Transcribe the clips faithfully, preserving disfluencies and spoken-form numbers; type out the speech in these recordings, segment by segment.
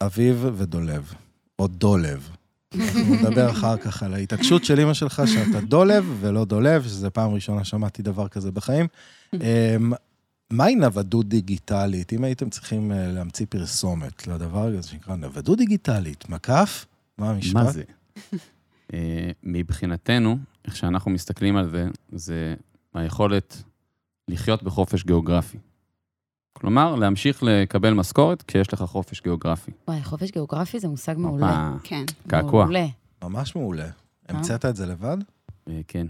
אביב ודולב, או דולב. אנחנו נדבר אחר כך על ההתעקשות של אמא שלך, שאתה דולב ולא דולב, שזה פעם ראשונה שמעתי דבר כזה בחיים. מהי נוודות דיגיטלית? אם הייתם צריכים להמציא פרסומת לדבר הזה שנקרא נוודות דיגיטלית, מקף? מה המשפט? מה זה? מבחינתנו, איך שאנחנו מסתכלים על זה, זה היכולת לחיות בחופש גיאוגרפי. כלומר, להמשיך לקבל משכורת כשיש לך חופש גיאוגרפי. וואי, חופש גיאוגרפי זה מושג מעולה. כן. קעקוע. מעולה. ממש מעולה. המצאת את זה לבד? כן.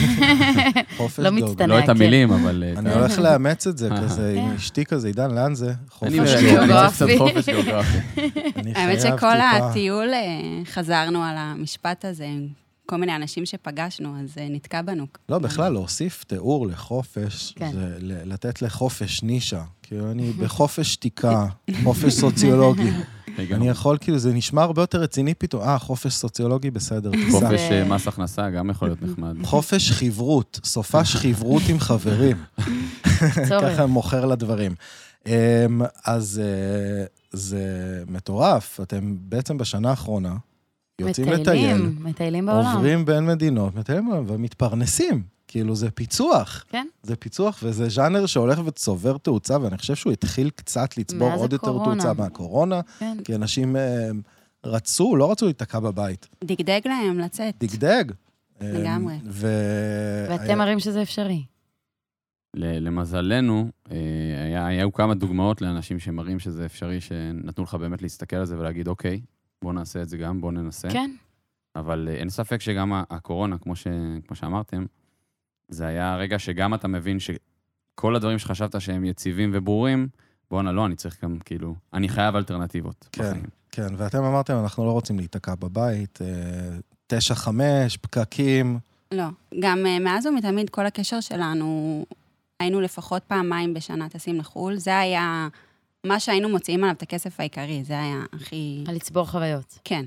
חופש לא גיאוגרפי. מצטנע, לא את המילים, אבל... אני הולך לאמץ את זה כזה, עם אשתי כזה, עידן, לאן זה? חופש אני צריך קצת חופש גיאוגרפי. האמת שכל הטיול חזרנו על המשפט הזה, כל מיני אנשים שפגשנו, אז נתקע בנו. לא, בכלל, להוסיף תיאור לחופש, זה לתת לחופש נישה. כאילו, אני בחופש שתיקה, חופש סוציולוגי. אני יכול, כאילו, זה נשמע הרבה יותר רציני פתאום. אה, חופש סוציולוגי, בסדר. חופש מס הכנסה, גם יכול להיות נחמד. חופש חברות, סופש חברות עם חברים. ככה מוכר לדברים. אז זה מטורף. אתם בעצם בשנה האחרונה יוצאים לטייל. מטיילים בעולם. עוברים בין מדינות, מטיילים ומתפרנסים. כאילו זה פיצוח. כן. זה פיצוח, וזה ז'אנר שהולך וצובר תאוצה, ואני חושב שהוא התחיל קצת לצבור עוד יותר תאוצה מהקורונה, כן. כי אנשים רצו, לא רצו להתקע בבית. דגדג להם לצאת. דגדג. לגמרי. ו... ואתם מראים שזה אפשרי. למזלנו, היו כמה דוגמאות לאנשים שמראים שזה אפשרי, שנתנו לך באמת להסתכל על זה ולהגיד, אוקיי, בוא נעשה את זה גם, בוא ננסה. כן. אבל אין ספק שגם הקורונה, כמו, ש... כמו שאמרתם, זה היה הרגע שגם אתה מבין שכל הדברים שחשבת שהם יציבים וברורים, בוא נע, לא, אני צריך גם, כאילו, אני חייב אלטרנטיבות. כן, בחיים. כן, ואתם אמרתם, אנחנו לא רוצים להתקע בבית, תשע חמש, פקקים. לא, גם מאז ומתמיד כל הקשר שלנו, היינו לפחות פעמיים בשנה טסים לחול, זה היה מה שהיינו מוציאים עליו את הכסף העיקרי, זה היה הכי... על לצבור חוויות. כן.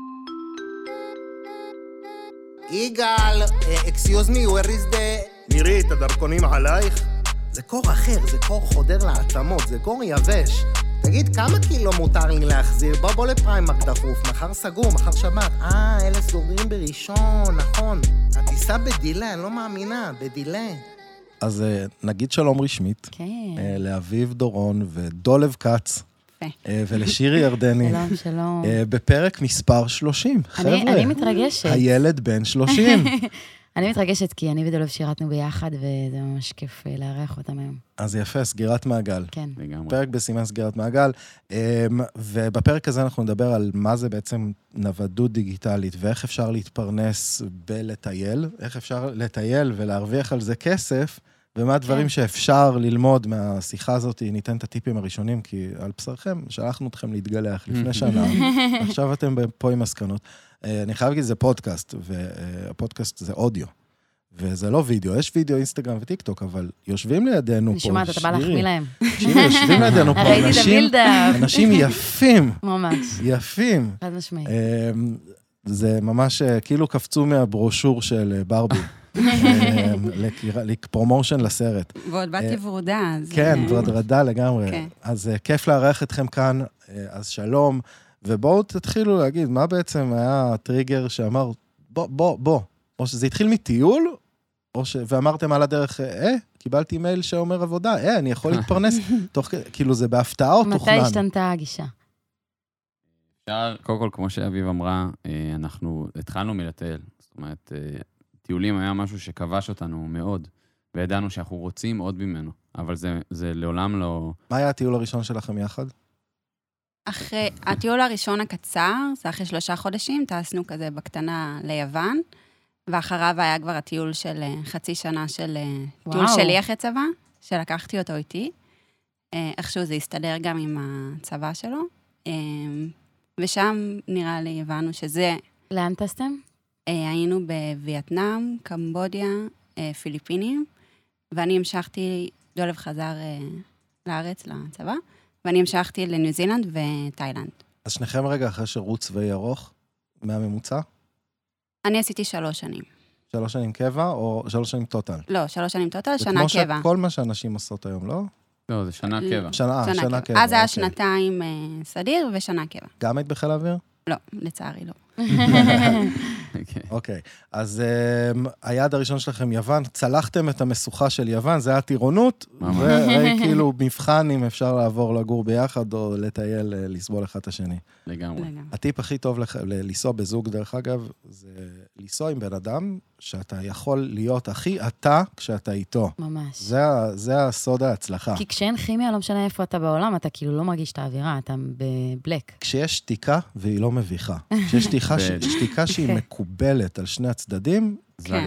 יגאל, excuse me, where is the... מירי, את הדרכונים עלייך? זה קור אחר, זה קור חודר לעצמות, זה קור יבש. תגיד, כמה קילו מותר לי להחזיר? בוא בוא לפריימק דחוף, מחר סגור, מחר שבת. אה, אלה סוגרים בראשון, נכון. הטיסה בדילה, אני לא מאמינה, בדילה. אז נגיד שלום רשמית, כן. לאביב דורון ודולב קץ, ולשירי ירדני. שלום, שלום. בפרק מספר שלושים, חבר'ה. אני מתרגשת. הילד בן שלושים. אני מתרגשת כי אני ודולב שירתנו ביחד, וזה ממש כיף לארח אותם היום. אז יפה, סגירת מעגל. כן. פרק בסימן סגירת מעגל, ובפרק הזה אנחנו נדבר על מה זה בעצם נוודות דיגיטלית, ואיך אפשר להתפרנס בלטייל, איך אפשר לטייל ולהרוויח על זה כסף, ומה הדברים שאפשר ללמוד מהשיחה הזאת, ניתן את הטיפים הראשונים, כי על בשרכם, שלחנו אתכם להתגלח לפני שנה, עכשיו אתם פה עם מסקנות. אני חייב להגיד, זה פודקאסט, והפודקאסט זה אודיו, וזה לא וידאו, יש וידאו, אינסטגרם וטיקטוק, אבל יושבים לידינו פה, נשמעת, אתה בא להחמיא להם. יושבים לידינו פה, אנשים יפים, ממש. יפים. חד משמעית. זה ממש כאילו קפצו מהברושור של ברבי. לפרומושן לסרט. ועוד באתי ורודה. כן, ועוד רדה לגמרי. אז כיף לארח אתכם כאן, אז שלום, ובואו תתחילו להגיד, מה בעצם היה הטריגר שאמר, בוא, בוא, בוא, או שזה התחיל מטיול, ואמרתם על הדרך, אה, קיבלתי מייל שאומר עבודה, אה, אני יכול להתפרנס, כאילו זה בהפתעה או תוכנן? מתי השתנתה הגישה? קודם כל, כמו שאביב אמרה, אנחנו התחלנו מלטייל, זאת אומרת, טיולים היה משהו שכבש אותנו מאוד, וידענו שאנחנו רוצים עוד ממנו, אבל זה, זה לעולם לא... מה היה הטיול הראשון שלכם יחד? אחרי, הטיול הראשון הקצר, זה אחרי שלושה חודשים, טסנו כזה בקטנה ליוון, ואחריו היה כבר הטיול של חצי שנה של טיול שלי אחרי צבא, שלקחתי אותו איתי, איכשהו זה הסתדר גם עם הצבא שלו, ושם נראה לי הבנו שזה... לאן טסתם? היינו בווייטנאם, קמבודיה, פיליפינים, ואני המשכתי, דולב חזר לארץ, לצבא, ואני המשכתי לניו זילנד ותאילנד. אז שניכם רגע אחרי שירות צבאי ארוך, מהממוצע? אני עשיתי שלוש שנים. שלוש שנים קבע או שלוש שנים טוטל? לא, שלוש שנים טוטל, שנה קבע. כמו כל מה שאנשים עושות היום, לא? לא, זה שנה קבע. שנה, שנה קבע. אז היה שנתיים סדיר ושנה קבע. גם היית בחיל האוויר? לא, לצערי לא. אוקיי, אז היעד הראשון שלכם יוון, צלחתם את המשוכה של יוון, זה היה טירונות, וראי כאילו מבחן אם אפשר לעבור לגור ביחד, או לטייל, לסבול אחד את השני. לגמרי. הטיפ הכי טוב לנסוע בזוג, דרך אגב, זה לנסוע עם בן אדם, שאתה יכול להיות הכי אתה כשאתה איתו. ממש. זה הסוד ההצלחה. כי כשאין כימיה, לא משנה איפה אתה בעולם, אתה כאילו לא מרגיש את האווירה, אתה בבלק. כשיש שתיקה, והיא לא מביכה. כשיש שתיקה שהיא מקובלת על שני הצדדים,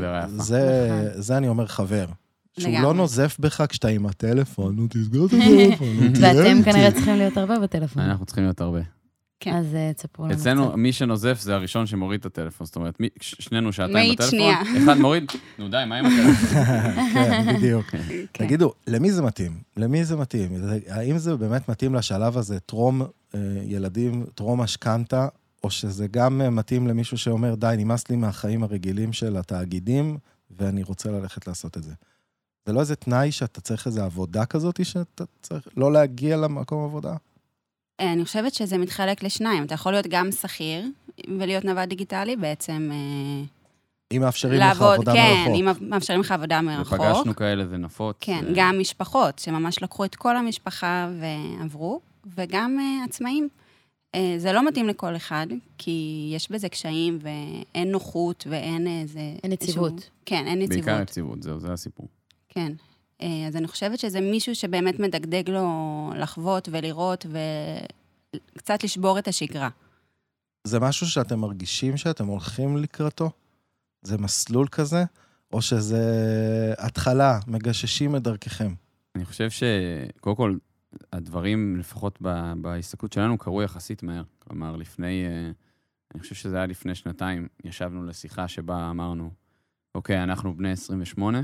זה אני אומר חבר. שהוא לא נוזף בך כשאתה עם הטלפון, נו תסגור את הטלפון. ואתם כנראה צריכים להיות הרבה בטלפון. אנחנו צריכים להיות הרבה. אז תספרו לנו. אצלנו, מי שנוזף זה הראשון שמוריד את הטלפון. זאת אומרת, שנינו שעתיים מאית בטלפון, שנייה. אחד מוריד, נו די, מה עם הטלפון? כן, בדיוק. תגידו, למי זה מתאים? למי זה מתאים? האם זה באמת מתאים לשלב הזה, טרום ילדים, טרום משכנתה, או שזה גם מתאים למישהו שאומר, די, נמאס לי מהחיים הרגילים של התאגידים, ואני רוצה ללכת לעשות את זה. זה לא איזה תנאי שאתה צריך איזו עבודה כזאת, שאתה צריך לא להגיע למקום עבודה? אני חושבת שזה מתחלק לשניים. אתה יכול להיות גם שכיר, ולהיות נווד דיגיטלי, בעצם... אם מאפשרים לך עבודה מרחוק. כן, אם מאפשרים לך עבודה מרחוק. ופגשנו כאלה, זה נפוץ. כן, גם משפחות, שממש לקחו את כל המשפחה ועברו, וגם עצמאים. זה לא מתאים לכל אחד, כי יש בזה קשיים, ואין נוחות, ואין איזה... אין נציבות. כן, אין נציבות. בעיקר נציבות, זהו, זה הסיפור. כן. אז אני חושבת שזה מישהו שבאמת מדגדג לו לחוות ולראות, וקצת לשבור את השגרה. זה משהו שאתם מרגישים שאתם הולכים לקראתו? זה מסלול כזה? או שזה התחלה, מגששים את דרככם? אני חושב שקודם כל, הדברים, לפחות בהסתכלות שלנו, קרו יחסית מהר. כלומר, לפני, אני חושב שזה היה לפני שנתיים, ישבנו לשיחה שבה אמרנו, אוקיי, אנחנו בני עשרים ושמונה,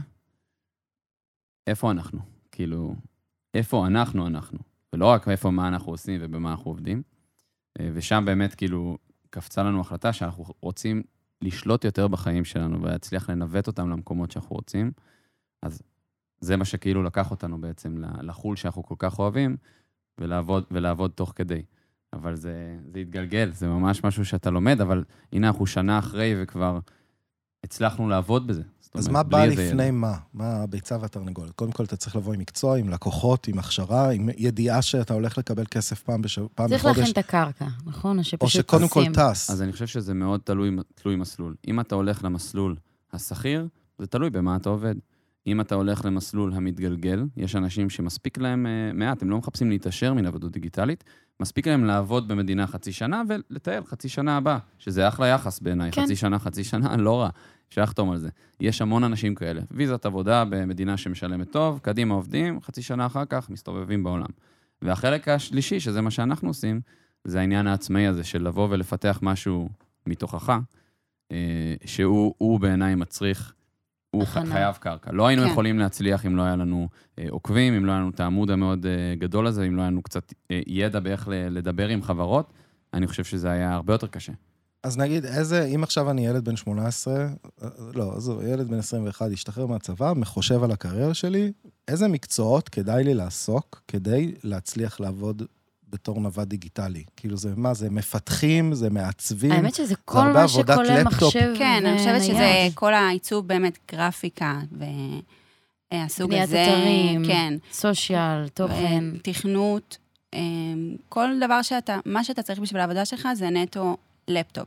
איפה אנחנו? כאילו, איפה אנחנו אנחנו? ולא רק איפה מה אנחנו עושים ובמה אנחנו עובדים. ושם באמת, כאילו, קפצה לנו החלטה שאנחנו רוצים לשלוט יותר בחיים שלנו, ולהצליח לנווט אותם למקומות שאנחנו רוצים. אז זה מה שכאילו לקח אותנו בעצם לחול שאנחנו כל כך אוהבים, ולעבוד, ולעבוד תוך כדי. אבל זה, זה התגלגל, זה ממש משהו שאתה לומד, אבל הנה אנחנו שנה אחרי וכבר הצלחנו לעבוד בזה. אז מה בא לפני מה? מה הביצה והתרנגולת? קודם כל אתה צריך לבוא עם מקצוע, עם לקוחות, עם הכשרה, עם ידיעה שאתה הולך לקבל כסף פעם בחודש. צריך להכין את הקרקע, נכון? או שקודם כל טס. אז אני חושב שזה מאוד תלוי, תלוי מסלול. אם אתה הולך למסלול השכיר, זה תלוי במה אתה עובד. אם אתה הולך למסלול המתגלגל, יש אנשים שמספיק להם מעט, הם לא מחפשים להתאשר מן עבודות דיגיטלית, מספיק להם לעבוד במדינה חצי שנה ולטייל חצי שנה הבאה, שזה אחלה יחס בעיניי, כן. חצי שנה, חצי שנה, לא רע, אפשר לחתום על זה. יש המון אנשים כאלה, ויזת עבודה במדינה שמשלמת טוב, קדימה עובדים, חצי שנה אחר כך מסתובבים בעולם. והחלק השלישי, שזה מה שאנחנו עושים, זה העניין העצמאי הזה של לבוא ולפתח משהו מתוכך, שהוא בעיניי מצריך, הוא חייב קרקע. לא היינו כן. יכולים להצליח אם לא היה לנו אה, עוקבים, אם לא היה לנו את העמוד המאוד אה, גדול הזה, אם לא היה לנו קצת אה, ידע באיך לדבר עם חברות, אני חושב שזה היה הרבה יותר קשה. אז נגיד, איזה, אם עכשיו אני ילד בן שמונה עשרה, לא, אז ילד בן עשרים ואחת, ישתחרר מהצבא, מחושב על הקריירה שלי, איזה מקצועות כדאי לי לעסוק, כדי להצליח לעבוד בתור נווד דיגיטלי? כאילו זה, מה זה, מפתחים, זה מעצבים? האמת שזה כל מה שכולל מחשב. כן, אני חושבת שזה כל העיצוב באמת גרפיקה, והסוג הזה. בניית אתרים, כן. סושיאל, תוכן. תכנות, כל דבר שאתה, מה שאתה צריך בשביל העבודה שלך, זה נטו לפטופ.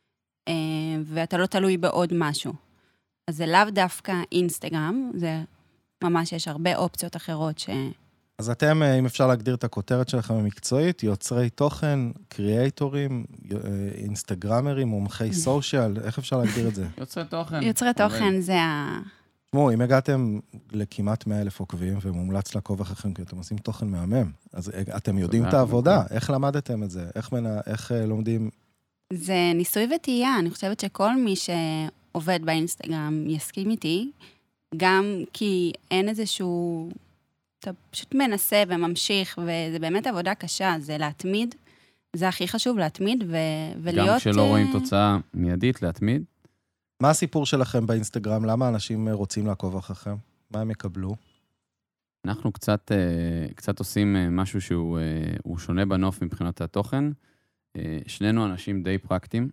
ואתה לא תלוי בעוד משהו. אז זה לאו דווקא אינסטגרם, זה ממש יש הרבה אופציות אחרות ש... אז אתם, אם אפשר להגדיר את הכותרת שלכם המקצועית, יוצרי תוכן, קריאייטורים, אינסטגרמרים, מומחי סושיאל, איך אפשר להגדיר את זה? יוצרי תוכן. יוצרי תוכן זה ה... תשמעו, אם הגעתם לכמעט מאה אלף עוקבים, ומומלץ לעקוב אחריכם, כי אתם עושים תוכן מהמם, אז אתם יודעים את העבודה, איך למדתם את זה? איך לומדים? זה ניסוי וטעייה, אני חושבת שכל מי שעובד באינסטגרם יסכים איתי, גם כי אין איזשהו... אתה פשוט מנסה וממשיך, וזה באמת עבודה קשה, זה להתמיד, זה הכי חשוב להתמיד, ו- ולהיות... גם כשלא רואים תוצאה מיידית, להתמיד. מה הסיפור שלכם באינסטגרם? למה אנשים רוצים לעקוב אחריכם? מה הם יקבלו? אנחנו קצת, קצת עושים משהו שהוא שונה בנוף מבחינת התוכן. שנינו אנשים די פרקטיים,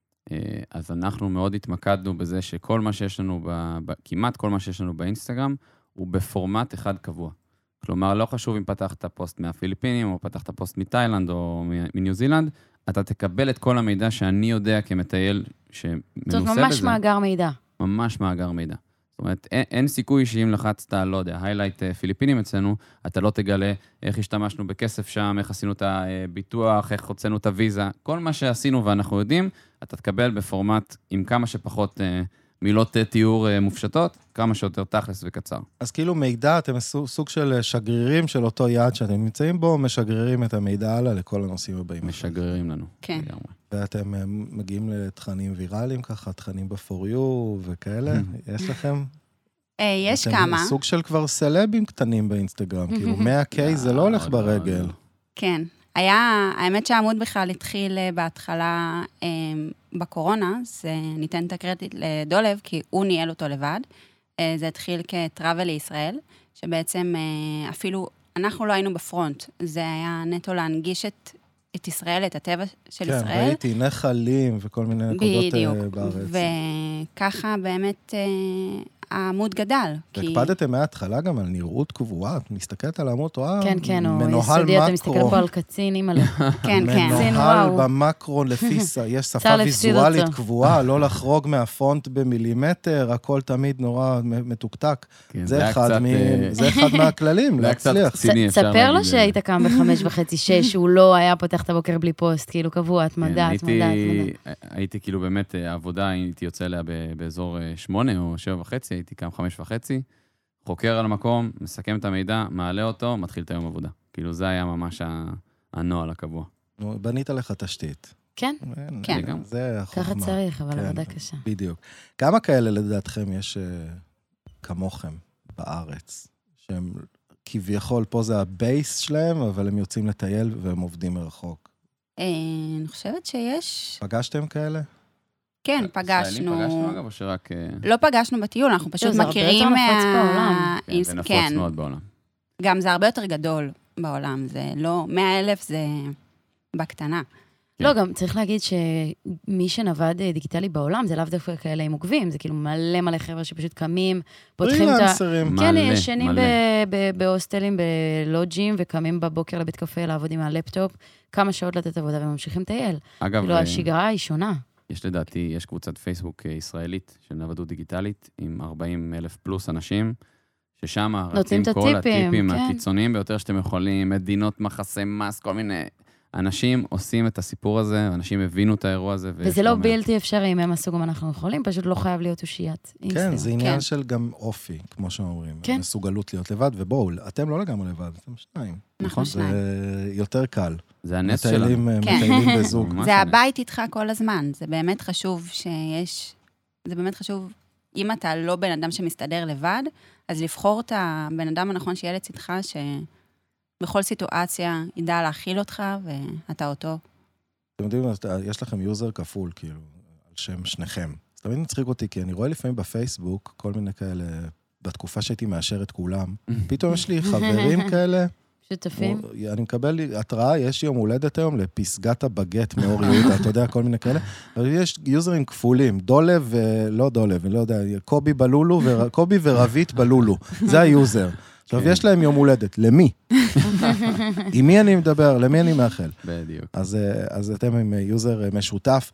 אז אנחנו מאוד התמקדנו בזה שכל מה שיש לנו, כמעט כל מה שיש לנו באינסטגרם, הוא בפורמט אחד קבוע. כלומר, לא חשוב אם פתחת פוסט מהפיליפינים, או פתחת פוסט מתאילנד, או מניו זילנד, אתה תקבל את כל המידע שאני יודע כמטייל שמנוסה בזה. זאת ממש מאגר מידע. ממש מאגר מידע. זאת אומרת, אין, אין סיכוי שאם לחצת, לא יודע, היילייט פיליפינים אצלנו, אתה לא תגלה איך השתמשנו בכסף שם, איך עשינו את הביטוח, איך הוצאנו את הוויזה. כל מה שעשינו ואנחנו יודעים, אתה תקבל בפורמט עם כמה שפחות אה, מילות תיאור אה, מופשטות, כמה שיותר תכלס וקצר. אז כאילו מידע, אתם סוג של שגרירים של אותו יעד שאתם נמצאים בו, משגרירים את המידע הלאה לכל הנושאים הבאים. משגרירים לנו. כן. ואתם מגיעים לתכנים ויראליים ככה, תכנים ב-פור יו וכאלה, יש לכם? יש כמה. אתם סוג של כבר סלבים קטנים באינסטגרם, כאילו מאה קיי זה לא הולך ברגל. כן. היה, האמת שהעמוד בכלל התחיל בהתחלה בקורונה, אז ניתן את הקרדיט לדולב, כי הוא ניהל אותו לבד. זה התחיל כטראבל לישראל, שבעצם אפילו אנחנו לא היינו בפרונט, זה היה נטו להנגיש את, את ישראל, את הטבע של כן, ישראל. כן, ראיתי נחלים וכל מיני נקודות בדיוק, בארץ. וככה באמת העמוד גדל. והקפדתם מההתחלה גם על נראות קבועה, את מסתכלת על העמוד, רואה, כן, כן, או מנוהל יסודי, אתה מסתכל מקרו. פה על קצין, אימא'לה. כן, כן. מנוהל במקרו לפי, יש שפה ויזואלית קבועה, לא לחרוג מהפונט במילימטר, הכל תמיד נורא מתוקתק. זה אחד מהכללים, להצליח. ספר לו שהיית קם בחמש וחצי, שש, הוא לא היה פותח את הבוקר בלי פוסט, כאילו קבוע, התמדה, התמדה, התמדה. הייתי כאילו באמת, העבודה, הייתי יוצא אליה באזור שמונה או שבע וחצי, הייתי קם חמש וחצי, חוקר על המקום, מסכם את המידע, מעלה אותו, מתחיל את היום עבודה. כאילו זה היה ממש הנוהל הקבוע. בנית לך תשתית. כן, כן. זה החוכמה. ככה צריך, אבל עבודה קשה. בדיוק. כמה כאלה לדעתכם יש כמוכם בארץ, שהם כביכול פה זה הבייס שלהם, אבל הם יוצאים לטייל והם עובדים מרחוק? אני חושבת שיש... פגשתם כאלה? כן, פגשנו. ישראלים פגשנו אגב, או שרק... לא פגשנו בטיול, אנחנו פשוט מכירים מה... כן, זה נפוץ מאוד בעולם. גם זה הרבה יותר גדול בעולם, זה לא... מאה אלף זה בקטנה. לא, גם צריך להגיד שמי שנווד דיגיטלי בעולם, זה לאו דווקא כאלה עם עוקבים, זה כאילו מלא מלא חבר'ה שפשוט קמים, פותחים את ה... פרילנסרים. כן, ישנים בהוסטלים, בלוג'ים, וקמים בבוקר לבית קפה לעבוד עם הלפטופ, כמה שעות לתת עבודה וממשיכים לטייל. אגב... כאילו, השגרה היא שונה. יש לדעתי, יש קבוצת פייסבוק ישראלית של נוודות דיגיטלית, עם ארבעים אלף פלוס אנשים, ששם רצים כל הטיפים הקיצוניים ביותר שאתם יכולים, מדינות מחסי מס, כל מיני... אנשים עושים את הסיפור הזה, אנשים הבינו את האירוע הזה. וזה לא בלתי אפשרי, אם הם עשו גם אנחנו יכולים, פשוט לא חייב להיות אושיית. כן, זה עניין של גם אופי, כמו שאומרים. מסוגלות להיות לבד, ובואו, אתם לא לגמרי לבד, אתם שניים. נכון, שניים. זה יותר קל. זה הנס שלנו. מטיילים בזוג. זה הבית איתך כל הזמן, זה באמת חשוב שיש, זה באמת חשוב, אם אתה לא בן אדם שמסתדר לבד, אז לבחור את הבן אדם הנכון שיהיה לצדך, ש... בכל סיטואציה ידע להכיל אותך, ואתה אותו. אתם יודעים, יש לכם יוזר כפול, כאילו, על שם שניכם. אז תמיד מצחיק אותי, כי אני רואה לפעמים בפייסבוק, כל מיני כאלה, בתקופה שהייתי מאשר את כולם, פתאום יש לי חברים כאלה. שותפים. אני מקבל התראה, יש יום הולדת היום לפסגת הבגט מאור יהודה, אתה יודע, כל מיני כאלה. אבל יש יוזרים כפולים, דולב ולא דולב, אני לא יודע, קובי בלולו, קובי ורבית בלולו. זה היוזר. עכשיו, יש להם יום הולדת. למי? עם מי אני מדבר? למי אני מאחל? בדיוק. אז, אז אתם עם יוזר משותף.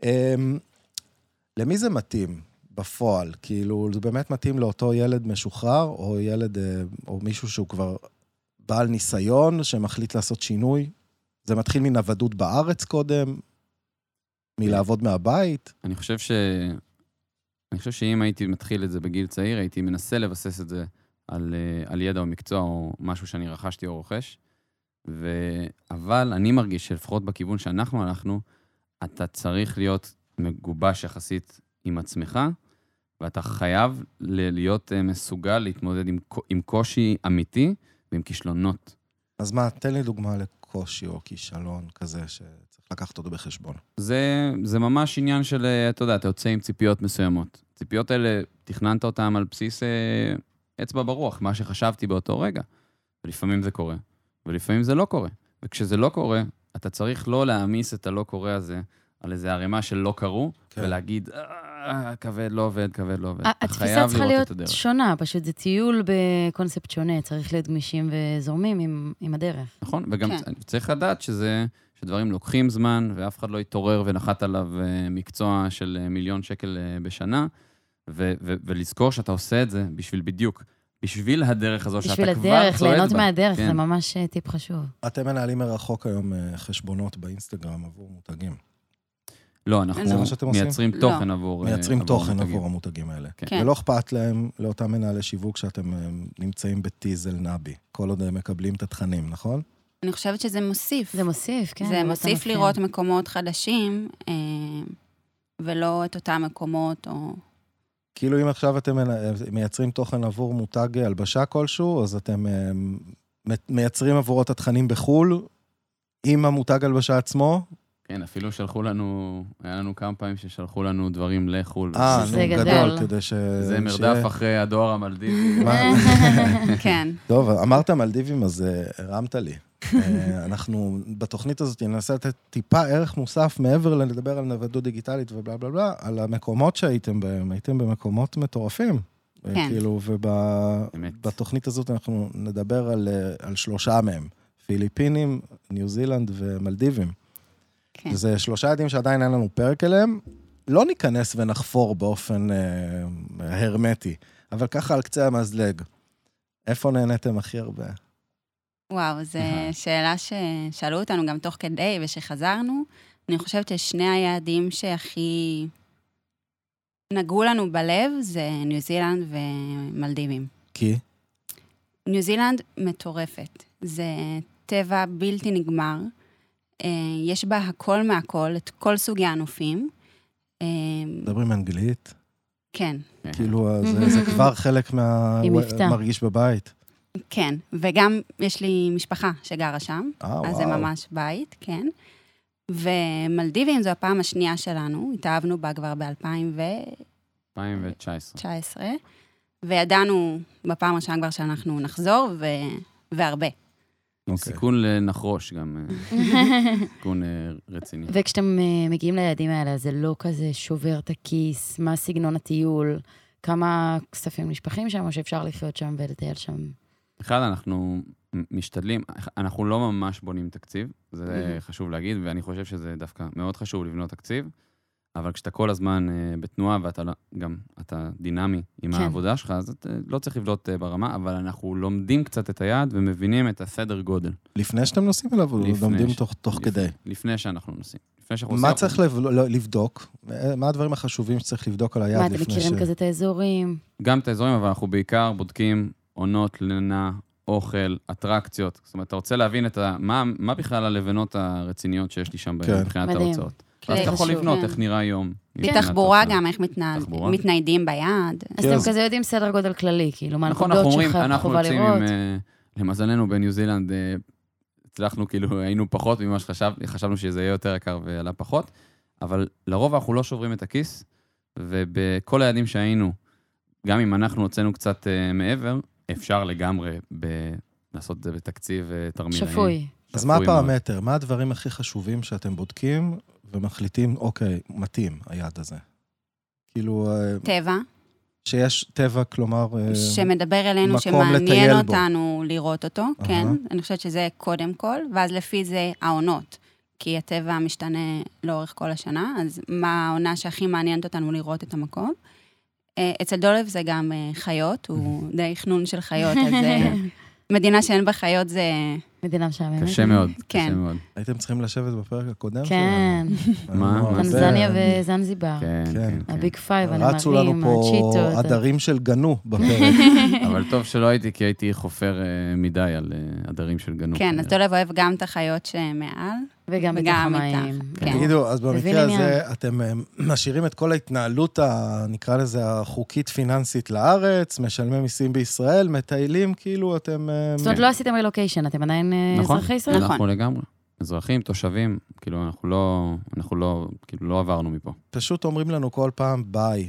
למי זה מתאים בפועל? כאילו, זה באמת מתאים לאותו ילד משוחרר, או ילד, או מישהו שהוא כבר בעל ניסיון, שמחליט לעשות שינוי? זה מתחיל מנוודות בארץ קודם? מלעבוד מהבית? אני חושב ש... אני חושב שאם הייתי מתחיל את זה בגיל צעיר, הייתי מנסה לבסס את זה על, על ידע או מקצוע או משהו שאני רכשתי או רוכש. ו... אבל אני מרגיש שלפחות בכיוון שאנחנו הלכנו, אתה צריך להיות מגובש יחסית עם עצמך, ואתה חייב להיות מסוגל להתמודד עם, עם קושי אמיתי ועם כישלונות. אז מה, תן לי דוגמה לקושי או כישלון כזה שצריך לקחת אותו בחשבון. זה, זה ממש עניין של, אתה יודע, אתה יוצא עם ציפיות מסוימות. ציפיות האלה, תכננת אותן על בסיס אצבע ברוח, מה שחשבתי באותו רגע. ולפעמים זה קורה, ולפעמים זה לא קורה. וכשזה לא קורה, אתה צריך לא להעמיס את הלא קורה הזה על איזו ערימה של לא קרו, כן. ולהגיד, אה, כבד לא עובד, כבד לא עובד. התפיסה צריכה להיות שונה, פשוט זה טיול בקונספט שונה, צריך להיות גמישים וזורמים עם, עם הדרך. נכון, וגם כן. צריך לדעת שזה, שדברים לוקחים זמן, ואף אחד לא יתעורר ונחת עליו מקצוע של מיליון שקל בשנה, ו- ו- ולזכור שאתה עושה את זה בשביל בדיוק, בשביל הדרך הזו שאתה כבר צועד בה. בשביל הדרך, ליהנות מהדרך, כן. זה ממש טיפ חשוב. אתם מנהלים מרחוק היום חשבונות באינסטגרם עבור מותגים. לא, אנחנו מייצרים תוכן עבור... מייצרים תוכן עבור המותגים האלה. ולא אכפת להם לאותם מנהלי שיווק שאתם נמצאים בטיזל נבי, כל עוד הם מקבלים את התכנים, נכון? אני חושבת שזה מוסיף. זה מוסיף, כן. זה מוסיף לראות מקומות חדשים, ולא את אותם מקומות, או... כאילו אם עכשיו אתם מייצרים תוכן עבור מותג הלבשה כלשהו, אז אתם מייצרים עבורו את התכנים בחול, עם המותג הלבשה עצמו. כן, אפילו שלחו לנו, היה לנו כמה פעמים ששלחו לנו דברים לחול. אה, זה גדול, כדי ש... זה מרדף אחרי הדואר המלדיבי. כן. טוב, אמרת מלדיבים, אז הרמת לי. אנחנו בתוכנית הזאת ננסה לתת טיפה ערך מוסף מעבר לדבר על נוודות דיגיטלית ובלה בלה בלה, על המקומות שהייתם בהם, הייתם במקומות מטורפים. כן. כאילו, ובתוכנית הזאת אנחנו נדבר על, על שלושה מהם, פיליפינים, ניו זילנד ומלדיבים. כן. זה שלושה ידים שעדיין אין לנו פרק אליהם, לא ניכנס ונחפור באופן אה, הרמטי, אבל ככה על קצה המזלג. איפה נהניתם הכי הרבה? וואו, זו שאלה ששאלו אותנו גם תוך כדי ושחזרנו. אני חושבת ששני היעדים שהכי נגעו לנו בלב זה ניו זילנד ומלדיבים. כי? ניו זילנד מטורפת. זה טבע בלתי נגמר. יש בה הכל מהכל, את כל סוגי הנופים. מדברים אנגלית? כן. כאילו, זה, זה כבר חלק מהמרגיש בבית. כן, וגם יש לי משפחה שגרה שם, אה, אז וואו. זה ממש בית, כן. ומלדיבים זו הפעם השנייה שלנו, התאהבנו בה כבר ב-אלפיים ותשע עשרה. וידענו בפעם הראשונה כבר שאנחנו נחזור, ו... והרבה. Okay. סיכון לנחרוש גם, סיכון רציני. וכשאתם מגיעים ליעדים האלה, זה לא כזה שובר את הכיס, מה סגנון הטיול, כמה כספים נשפכים שם, או שאפשר לחיות שם ולטייל שם? אחד, אנחנו משתדלים, אנחנו לא ממש בונים תקציב, זה חשוב להגיד, ואני חושב שזה דווקא מאוד חשוב לבנות תקציב, אבל כשאתה כל הזמן בתנועה, ואתה גם, אתה דינמי עם העבודה שלך, אז אתה לא צריך לבלוט ברמה, אבל אנחנו לומדים קצת את היעד, ומבינים את הסדר גודל. לפני שאתם נוסעים אליו, לומדים תוך כדי. לפני שאנחנו נוסעים. מה צריך לבדוק? מה הדברים החשובים שצריך לבדוק על היעד? מה, אתם מכירים כזה את האזורים? גם את האזורים, אבל אנחנו בעיקר בודקים עונות, לינה, אוכל, אטרקציות. זאת אומרת, אתה רוצה להבין את ה... מה בכלל הלבנות הרציניות שיש לי שם מבחינת ההוצאות. אז אתה יכול לבנות איך נראה יום. בתחבורה גם, איך מתניידים ביעד. אז אתם כזה יודעים סדר גודל כללי, כאילו, מה נקודות שחובה לראות. למזלנו בניו זילנד, הצלחנו, כאילו, היינו פחות ממה שחשבנו, חשבנו שזה יהיה יותר יקר ועלה פחות, אבל לרוב אנחנו לא שוברים את הכיס, ובכל היעדים שהיינו, גם אם אנחנו הוצאנו קצת מעבר, אפשר לגמרי לעשות את זה בתקציב תרמילאי. שפוי. אז מה הפרמטר? מה הדברים הכי חשובים שאתם בודקים ומחליטים, אוקיי, מתאים היעד הזה? כאילו... טבע. שיש טבע, כלומר... שמדבר אלינו, שמעניין אותנו לראות אותו, כן. אני חושבת שזה קודם כל, ואז לפי זה העונות. כי הטבע משתנה לאורך כל השנה, אז מה העונה שהכי מעניינת אותנו לראות את המקום? אצל דולב זה גם חיות, הוא די חנון של חיות, אז מדינה שאין בה חיות זה... מדינה משעממת. קשה מאוד, כן. קשה מאוד. הייתם צריכים לשבת בפרק הקודם? כן. מה? טנזניה וזנזיבר. כן, כן. הביג פייב, הנמרים, הצ'יטות. רצו לנו פה עדרים של גנו בפרק. אבל טוב שלא הייתי, כי הייתי חופר מדי על עדרים של גנו. כן, אז דולב אוהב גם את החיות שמעל. וגם את החמאים. תגידו, אז במקרה הזה, אתם משאירים את כל ההתנהלות, נקרא לזה, החוקית פיננסית לארץ, משלמים מיסים בישראל, מטיילים, כאילו אתם... זאת אומרת, לא עשיתם רילוקיישן, אתם עדיין אזרחי ישראל? נכון, אנחנו לגמרי. אזרחים, תושבים, כאילו אנחנו לא, אנחנו לא, כאילו לא עברנו מפה. פשוט אומרים לנו כל פעם ביי,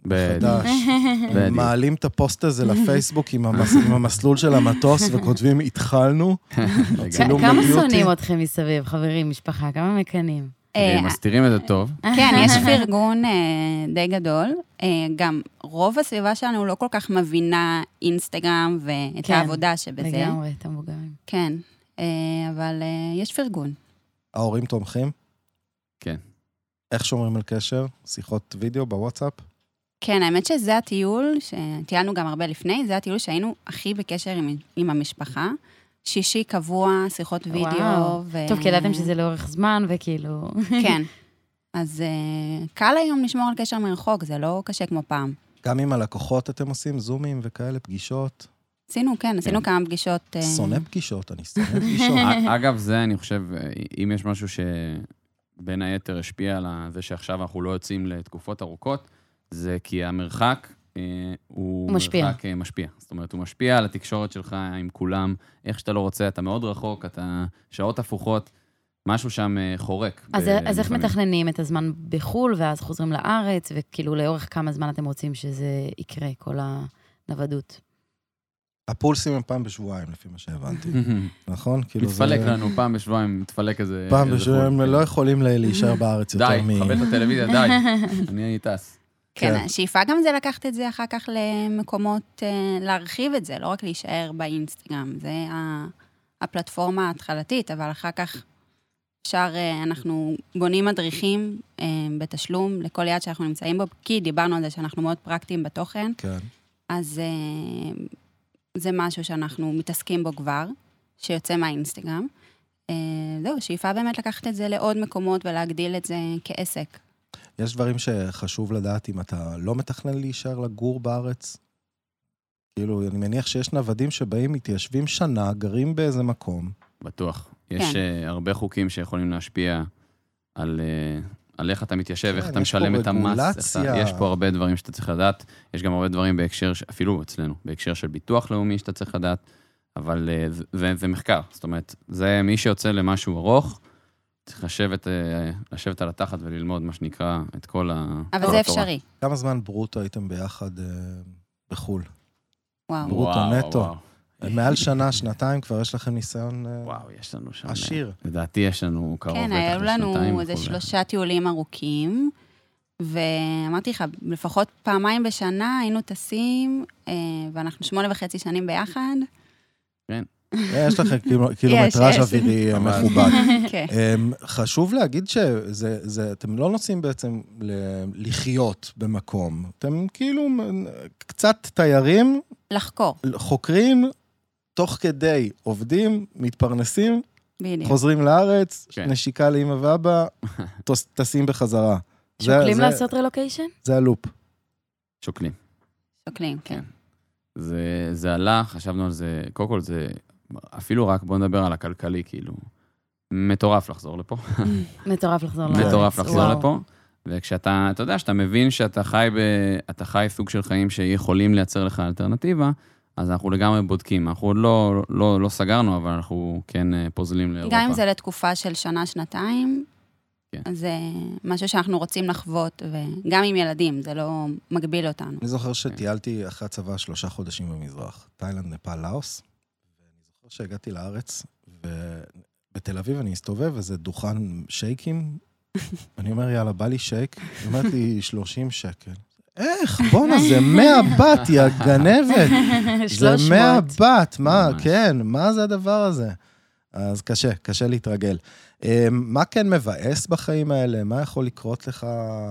חדש. מעלים את הפוסט הזה לפייסבוק עם המסלול של המטוס, וכותבים, התחלנו. כמה שונאים אתכם מסביב, חברים, משפחה, כמה מקנים? מסתירים את זה טוב. כן, יש פרגון די גדול. גם רוב הסביבה שלנו לא כל כך מבינה אינסטגרם ואת העבודה שבזה. לגמרי, את המבוגרים. כן, אבל יש פרגון. ההורים תומכים? כן. איך שומרים על קשר? שיחות וידאו בוואטסאפ? כן, האמת שזה הטיול, שטיילנו גם הרבה לפני, זה הטיול שהיינו הכי בקשר עם, עם המשפחה. שישי קבוע, שיחות וידאו. ו... טוב, כי ידעתם שזה לאורך זמן, וכאילו... כן. אז uh, קל היום לשמור על קשר מרחוק, זה לא קשה כמו פעם. גם עם הלקוחות אתם עושים זומים וכאלה, פגישות? עשינו, כן, עשינו כמה פגישות. שונא פגישות, אני שונא פגישות. אגב, זה, אני חושב, אם יש משהו שבין היתר השפיע על זה שעכשיו אנחנו לא יוצאים לתקופות ארוכות, זה כי המרחק הוא מרחק משפיע. זאת אומרת, הוא משפיע על התקשורת שלך עם כולם, איך שאתה לא רוצה, אתה מאוד רחוק, אתה שעות הפוכות, משהו שם חורק. אז איך מתכננים את הזמן בחול, ואז חוזרים לארץ, וכאילו לאורך כמה זמן אתם רוצים שזה יקרה, כל הנוודות? הפולסים הם פעם בשבועיים, לפי מה שהבנתי. נכון? מתפלק לנו, פעם בשבועיים מתפלק איזה... פעם בשבועיים, הם לא יכולים להישאר בארץ יותר מ... די, חבט הטלוויזיה, די. אני טס. כן, השאיפה גם זה לקחת את זה אחר כך למקומות, להרחיב את זה, לא רק להישאר באינסטגרם. זה הפלטפורמה ההתחלתית, אבל אחר כך אפשר, אנחנו בונים מדריכים בתשלום לכל יעד שאנחנו נמצאים בו, כי דיברנו על זה שאנחנו מאוד פרקטיים בתוכן. כן. אז זה משהו שאנחנו מתעסקים בו כבר, שיוצא מהאינסטגרם. זהו, שאיפה באמת לקחת את זה לעוד מקומות ולהגדיל את זה כעסק. יש דברים שחשוב לדעת אם אתה לא מתכנן להישאר לגור בארץ? כאילו, אני מניח שיש נוודים שבאים, מתיישבים שנה, גרים באיזה מקום. בטוח. יש הרבה חוקים שיכולים להשפיע על... על איך אתה מתיישב, איך אתה משלם את המס. יש פה הרבה דברים שאתה צריך לדעת. יש גם הרבה דברים בהקשר, אפילו אצלנו, בהקשר של ביטוח לאומי שאתה צריך לדעת, אבל זה, זה מחקר. זאת אומרת, זה מי שיוצא למשהו ארוך, צריך לשבת, לשבת על התחת וללמוד מה שנקרא את כל התורה. אבל זה אפשרי. כמה זמן ברוטו הייתם ביחד בחול? וואו. ברוטו נטו. מעל שנה, שנתיים, כבר יש לכם ניסיון וואו, יש לנו שם... עשיר. לדעתי יש לנו קרוב כן, היו לנו איזה שלושה טיולים ארוכים, ואמרתי לך, לפחות פעמיים בשנה היינו טסים, ואנחנו שמונה וחצי שנים ביחד. כן. יש לכם קילומטראז' אווירי מכובד. חשוב להגיד שאתם לא נוסעים בעצם לחיות במקום. אתם כאילו קצת תיירים. לחקור. חוקרים, תוך כדי עובדים, מתפרנסים, בדיוק. חוזרים לארץ, כן. נשיקה לאמא ואבא, טסים בחזרה. שוקלים זה, לעשות רילוקיישן? זה הלופ. שוקלים. שוקלים, כן. כן. זה, זה עלה, חשבנו על זה, קודם כל זה, אפילו רק בוא נדבר על הכלכלי, כאילו, מטורף לחזור לפה. מטורף לחזור לארץ. מטורף לחזור לפה. וכשאתה, אתה יודע, שאתה מבין שאתה חי ב... אתה חי סוג של חיים שיכולים לייצר לך אלטרנטיבה, אז אנחנו לגמרי בודקים. אנחנו עוד לא, לא, לא סגרנו, אבל אנחנו כן פוזלים לאירופה. גם אם זה לתקופה של שנה, שנתיים, כן. אז זה משהו שאנחנו רוצים לחוות, וגם עם ילדים, זה לא מגביל אותנו. אני זוכר שטיילתי אחרי הצבא שלושה חודשים במזרח, תאילנד, נפאל, לאוס, ואני זוכר שהגעתי לארץ, ובתל אביב אני אסתובב, וזה דוכן שייקים, אני אומר, יאללה, בא לי שייק, היא אומרת לי שלושים שקל. איך? בונה, זה מאה בת, יא גנבת. זה מאה בת, מה, כן, מה זה הדבר הזה? אז קשה, קשה להתרגל. מה כן מבאס בחיים האלה? מה יכול לקרות לך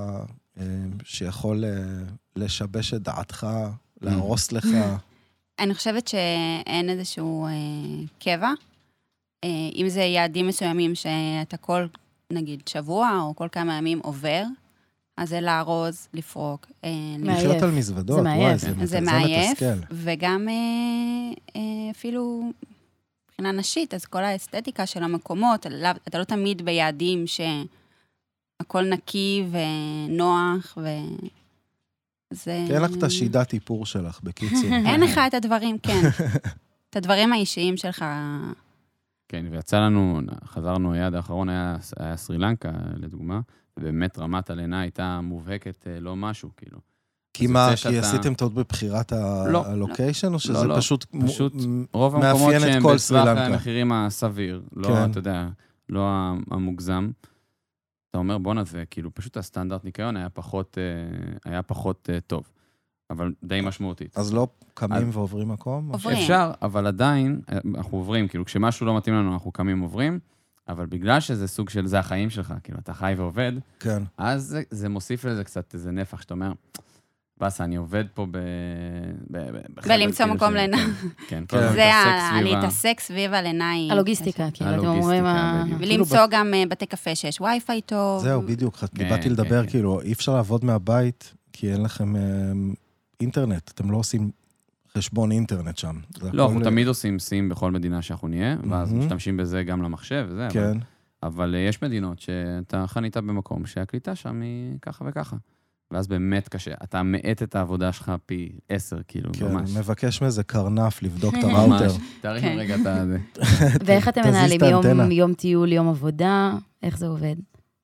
שיכול לשבש את דעתך, להרוס לך? אני חושבת שאין איזשהו קבע. אם זה יעדים מסוימים שאתה כל... נגיד שבוע או כל כמה ימים עובר, אז זה לארוז, לפרוק. לחיות על מזוודות, וואי, זה מעייף, וגם אפילו מבחינה נשית, אז כל האסתטיקה של המקומות, אתה לא תמיד ביעדים שהכל נקי ונוח, וזה... כן לך את השידת איפור שלך, בקיצור. אין לך את הדברים, כן. את הדברים האישיים שלך... כן, ויצא לנו, חזרנו, היעד האחרון היה, היה סרי לנקה, לדוגמה, ובאמת רמת הלינה הייתה מובהקת לא משהו, כאילו. כי מה, כי עשיתם טעות בבחירת הלוקיישן, או שזה פשוט רוב המקומות שהם בטווח המחירים הסביר, לא, אתה יודע, לא המוגזם. אתה אומר, בוא נזה, כאילו, פשוט הסטנדרט ניקיון היה פחות, היה פחות טוב, אבל די משמעותית. אז לא קמים ועוברים מקום? אפשר, אבל עדיין, אנחנו עוברים, כאילו, כשמשהו לא מתאים לנו, אנחנו קמים ועוברים, אבל בגלל שזה סוג של, זה החיים שלך, כאילו, אתה חי ועובד, כן. אז זה, זה מוסיף לזה קצת איזה נפח, שאתה אומר, בסה, אני עובד פה ב... בלמצוא מקום לינה. כן, כן. זה להתעסק סביב הלינה. הלוגיסטיקה, כאילו, אתם אומרים... ולמצוא גם בתי קפה שיש וי-פיי טוב. זהו, בדיוק, באתי לדבר, כאילו, אי אפשר לעבוד מהבית, כי אין לכם אינטרנט, אתם לא עושים חשבון אינטרנט שם. לא, אנחנו תמיד עושים סים בכל מדינה שאנחנו נהיה, ואז משתמשים בזה גם למחשב וזה. כן. אבל יש מדינות שאתה חנית במקום שהקליטה שם היא ככה וככה. ואז באמת קשה. אתה מעט את העבודה שלך פי עשר, כאילו, ממש. כן, מבקש מאיזה קרנף לבדוק את הראוטר. תארים רגע את זה. ואיך אתם מנהלים יום טיול, יום עבודה? איך זה עובד?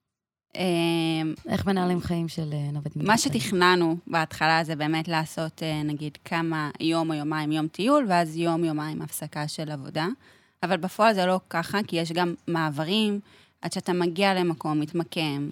איך מנהלים חיים של נוודים? מה שתכננו בהתחלה זה באמת לעשות, נגיד, כמה יום או יומיים יום טיול, ואז יום יומיים הפסקה של עבודה. אבל בפועל זה לא ככה, כי יש גם מעברים, עד שאתה מגיע למקום, מתמקם.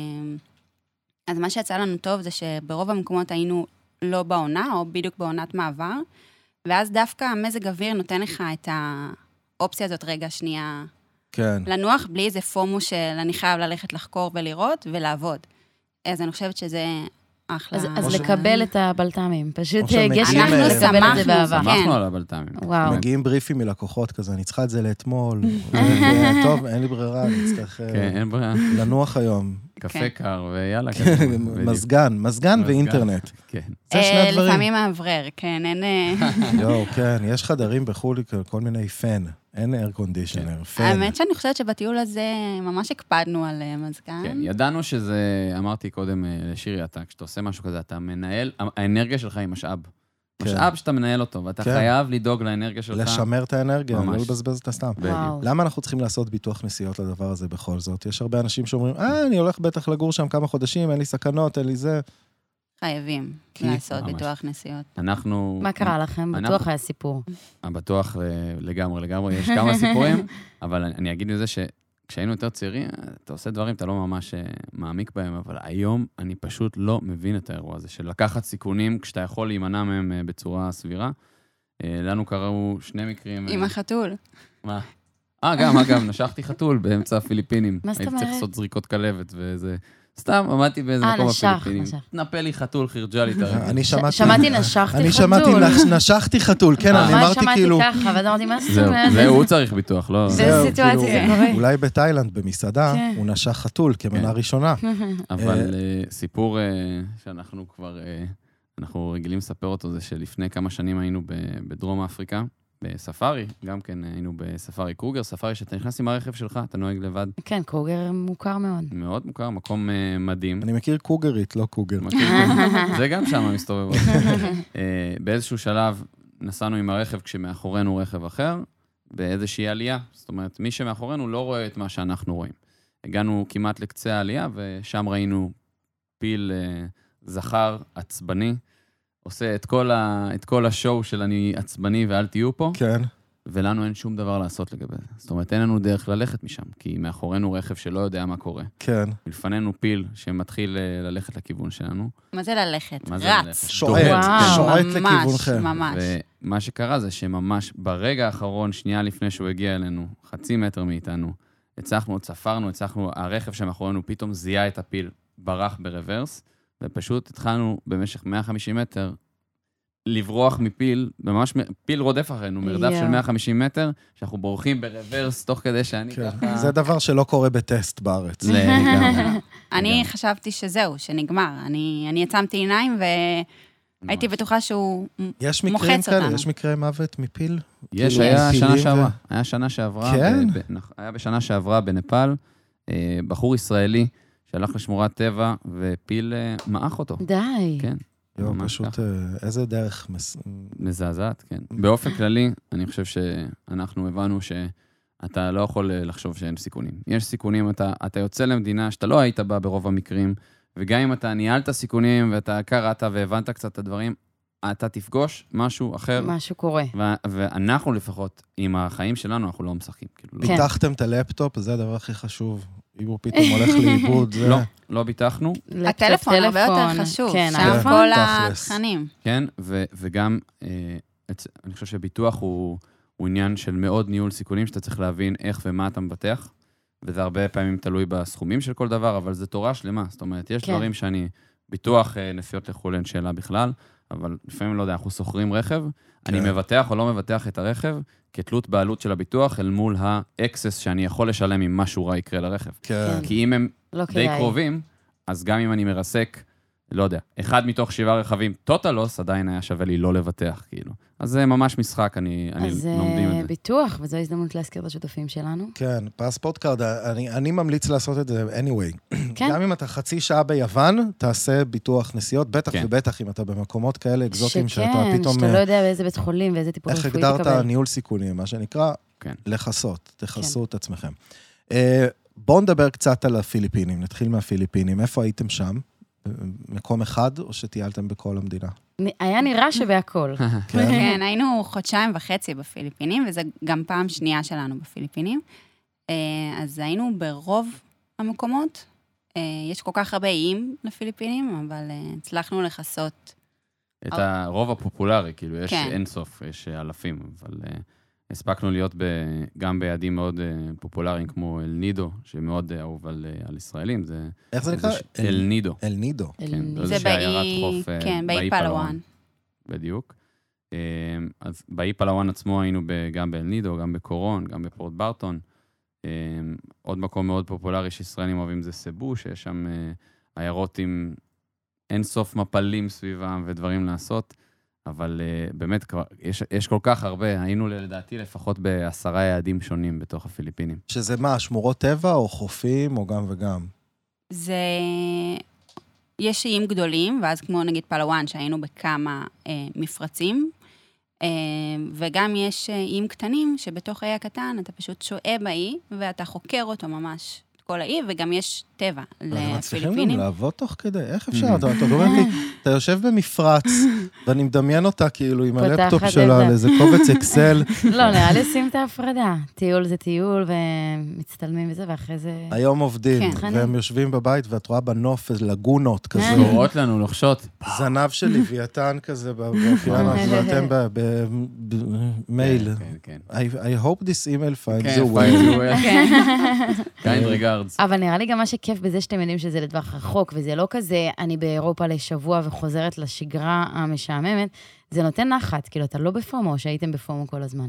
אז מה שיצא לנו טוב זה שברוב המקומות היינו לא בעונה, או בדיוק בעונת מעבר, ואז דווקא המזג אוויר נותן לך את האופציה הזאת רגע שנייה, כן. לנוח בלי איזה פומו של אני חייב ללכת לחקור ולראות ולעבוד. אז אני חושבת שזה אחלה. אז, אז לקבל את הבלטמים, פשוט גש אנחנו שמחנו, שמחנו על הבלתמים. וואו. מגיעים בריפים מלקוחות כזה, אני צריכה את זה לאתמול, טוב, אין לי ברירה, אני צריך לנוח היום. קפה קר ויאללה. מזגן, מזגן ואינטרנט. כן. זה שני הדברים. לפעמים מעברר, כן, אין... יואו, כן, יש חדרים בחו"ל, כל מיני פן. אין אייר קונדישנר, פן. האמת שאני חושבת שבטיול הזה ממש הקפדנו על מזגן. כן, ידענו שזה, אמרתי קודם לשירי, אתה, כשאתה עושה משהו כזה, אתה מנהל, האנרגיה שלך היא משאב. משאב שאתה מנהל אותו, ואתה חייב לדאוג לאנרגיה שלך. לשמר את האנרגיה, לא לבזבז את הסתם. למה אנחנו צריכים לעשות ביטוח נסיעות לדבר הזה בכל זאת? יש הרבה אנשים שאומרים, אה, אני הולך בטח לגור שם כמה חודשים, אין לי סכנות, אין לי זה. חייבים לעשות ביטוח נסיעות. אנחנו... מה קרה לכם? בטוח היה סיפור. בטוח לגמרי, לגמרי. יש כמה סיפורים, אבל אני אגיד לזה שכשהיינו יותר צעירים, אתה עושה דברים, אתה לא ממש מעמיק בהם, אבל היום אני פשוט לא מבין את האירוע הזה, של לקחת סיכונים כשאתה יכול להימנע מהם בצורה סבירה. לנו קראו שני מקרים... עם החתול. מה? אה, גם, אגב, נשכתי חתול באמצע הפיליפינים. מה זאת אומרת? הייתי צריך לעשות זריקות כלבת וזה... סתם, עמדתי באיזה מקום בפיליפינים. נפה לי חתול, חירג'ה לי את הרגל. אני שמעתי... שמעתי נשכתי חתול. אני שמעתי נשכתי חתול, כן, אני אמרתי כאילו... מה שמעתי ככה, ואז אמרתי, מה זאת אומרת? זהו, הוא צריך ביטוח, לא... באיזה סיטואציה זה קורה. אולי בתאילנד, במסעדה, הוא נשך חתול כמנה ראשונה. אבל סיפור שאנחנו כבר... אנחנו רגילים לספר אותו, זה שלפני כמה שנים היינו בדרום אפריקה, בספארי, גם כן היינו בספארי קרוגר, ספארי שאתה נכנס עם הרכב שלך, אתה נוהג לבד. כן, קרוגר מוכר מאוד. מאוד מוכר, מקום מדהים. אני מכיר קרוגרית, לא קרוגר. זה גם שם מסתובב. באיזשהו שלב נסענו עם הרכב כשמאחורינו רכב אחר, באיזושהי עלייה. זאת אומרת, מי שמאחורינו לא רואה את מה שאנחנו רואים. הגענו כמעט לקצה העלייה, ושם ראינו פיל זכר עצבני, עושה את כל, ה, את כל השואו של אני עצבני ואל תהיו פה, כן. ולנו אין שום דבר לעשות לגבי זה. זאת אומרת, אין לנו דרך ללכת משם, כי מאחורינו רכב שלא יודע מה קורה. כן. ולפנינו פיל שמתחיל ללכת לכיוון שלנו. מה זה ללכת? מה זה רץ. ללכת? שועט, שועט לכיוונכם. ממש, ממש. ומה שקרה זה שממש ברגע האחרון, שנייה לפני שהוא הגיע אלינו, חצי מטר מאיתנו, הצלחנו, צפרנו, הצלחנו, הרכב שמאחורינו פתאום זיהה את הפיל, ברח ברוורס, ופשוט התחלנו במשך מאה וחמישים מטר לברוח מפיל, ממש פיל רודף אחרינו, מרדף של מאה וחמישים מטר, שאנחנו בורחים ברוורס תוך כדי שאני ככה... זה דבר שלא קורה בטסט בארץ. לגמרי. אני חשבתי שזהו, שנגמר. אני עצמתי עיניים והייתי בטוחה שהוא מוחץ אותנו. יש מקרי מוות מפיל? יש, היה שנה שעברה. היה שנה שעברה. כן? היה בשנה שעברה בנפאל, בחור ישראלי, שהלך לשמורת טבע, ופיל מעך אותו. די. כן. יו, פשוט, איזה דרך... מזעזעת, כן. באופן כללי, אני חושב שאנחנו הבנו שאתה לא יכול לחשוב שאין סיכונים. יש סיכונים, אתה, אתה יוצא למדינה שאתה לא היית בה ברוב המקרים, וגם אם אתה ניהלת סיכונים, ואתה קראת והבנת קצת את הדברים, אתה תפגוש משהו אחר. משהו קורה. ו- ואנחנו לפחות, עם החיים שלנו, אנחנו לא משחקים. כאילו, לא. ביטחתם את הלפטופ, זה הדבר הכי חשוב. אם הוא פתאום הולך לאיבוד, זה... לא, לא ביטחנו. הטלפון הרבה יותר חשוב. כן, שם כל התכנים. כן, ו- וגם, אה, אני חושב שביטוח הוא, הוא עניין של מאוד ניהול סיכונים, שאתה צריך להבין איך ומה אתה מבטח, וזה הרבה פעמים תלוי בסכומים של כל דבר, אבל זה תורה שלמה. זאת אומרת, יש כן. דברים שאני, ביטוח אה, נסיעות לחו"ל אין שאלה בכלל, אבל לפעמים לא יודע, אנחנו סוחרים רכב, כן. אני מבטח או לא מבטח את הרכב, כתלות בעלות של הביטוח, אל מול האקסס שאני יכול לשלם אם משהו רע יקרה לרכב. כן. כי אם הם לא די כדאי. קרובים, אז גם אם אני מרסק, לא יודע, אחד מתוך שבעה רכבים, טוטלוס, עדיין היה שווה לי לא לבטח, כאילו. אז זה ממש משחק, אני, אני לומדים את זה. אז ביטוח, וזו הזדמנות להזכיר את השותפים שלנו. כן, פספורט קארד, אני, אני ממליץ לעשות את זה anyway. כן. גם אם אתה חצי שעה ביוון, תעשה ביטוח נסיעות, בטח כן. ובטח אם אתה במקומות כאלה אקזוטיים, שכן, שאתה פתאום... שאתה לא יודע באיזה בית חולים ואיזה טיפול רפואי תקבל. איך הגדרת ניהול סיכונים, מה שנקרא, כן. לחסות, תחסו כן. את עצמכם. בואו נדבר קצת על הפיליפינים, נתחיל מהפיליפינים. איפה הייתם שם? מקום אחד, או שטיילתם בכל המדינה? היה נראה שבהכל. כן, היינו חודשיים וחצי בפיליפינים, וזה גם פעם שנייה שלנו בפיליפינים. אז היינו ברוב המקומות. יש כל כך הרבה איים לפיליפינים, אבל הצלחנו לחסות. את הרוב הפופולרי, כאילו, יש אינסוף, יש אלפים, אבל... הספקנו להיות גם ביעדים מאוד פופולריים, כמו אל נידו, שמאוד אהוב על, על ישראלים. זה, איך זה נקרא? אל, אל נידו. אל נידו. כן, זה באי, כן, באי פלוואן. בדיוק. אז באי פלוואן עצמו היינו גם באל נידו, גם בקורון, גם בפורט ברטון. עוד מקום מאוד פופולרי שישראלים אוהבים זה סבו, שיש שם עיירות עם אין סוף מפלים סביבם ודברים לעשות. אבל uh, באמת, כבר, יש, יש כל כך הרבה, היינו לדעתי לפחות בעשרה יעדים שונים בתוך הפיליפינים. שזה מה, שמורות טבע או חופים או גם וגם? זה... יש איים גדולים, ואז כמו נגיד פלוואן, שהיינו בכמה אה, מפרצים, אה, וגם יש איים קטנים, שבתוך האי הקטן אתה פשוט שואה באי, ואתה חוקר אותו ממש. כל האי, וגם יש טבע לפיליפינים. אבל מצליחים גם לעבוד תוך כדי, איך אפשר? אתה אומר לי, אתה יושב במפרץ, ואני מדמיין אותה כאילו עם הלפטופ שלה על איזה קובץ אקסל. לא, נראה לי שים את ההפרדה. טיול זה טיול, ומצטלמים וזה, ואחרי זה... היום עובדים, והם יושבים בבית, ואת רואה בנוף לגונות כזה. קורות לנו, לוחשות. זנב של לוויתן כזה, באוקיינוס, ואתם במייל. I hope this email finds a way. kind regards. אבל נראה לי גם מה שכיף בזה שאתם יודעים שזה לטווח רחוק, וזה לא כזה, אני באירופה לשבוע וחוזרת לשגרה המשעממת, זה נותן נחת, כאילו, אתה לא בפומו, שהייתם בפומו כל הזמן.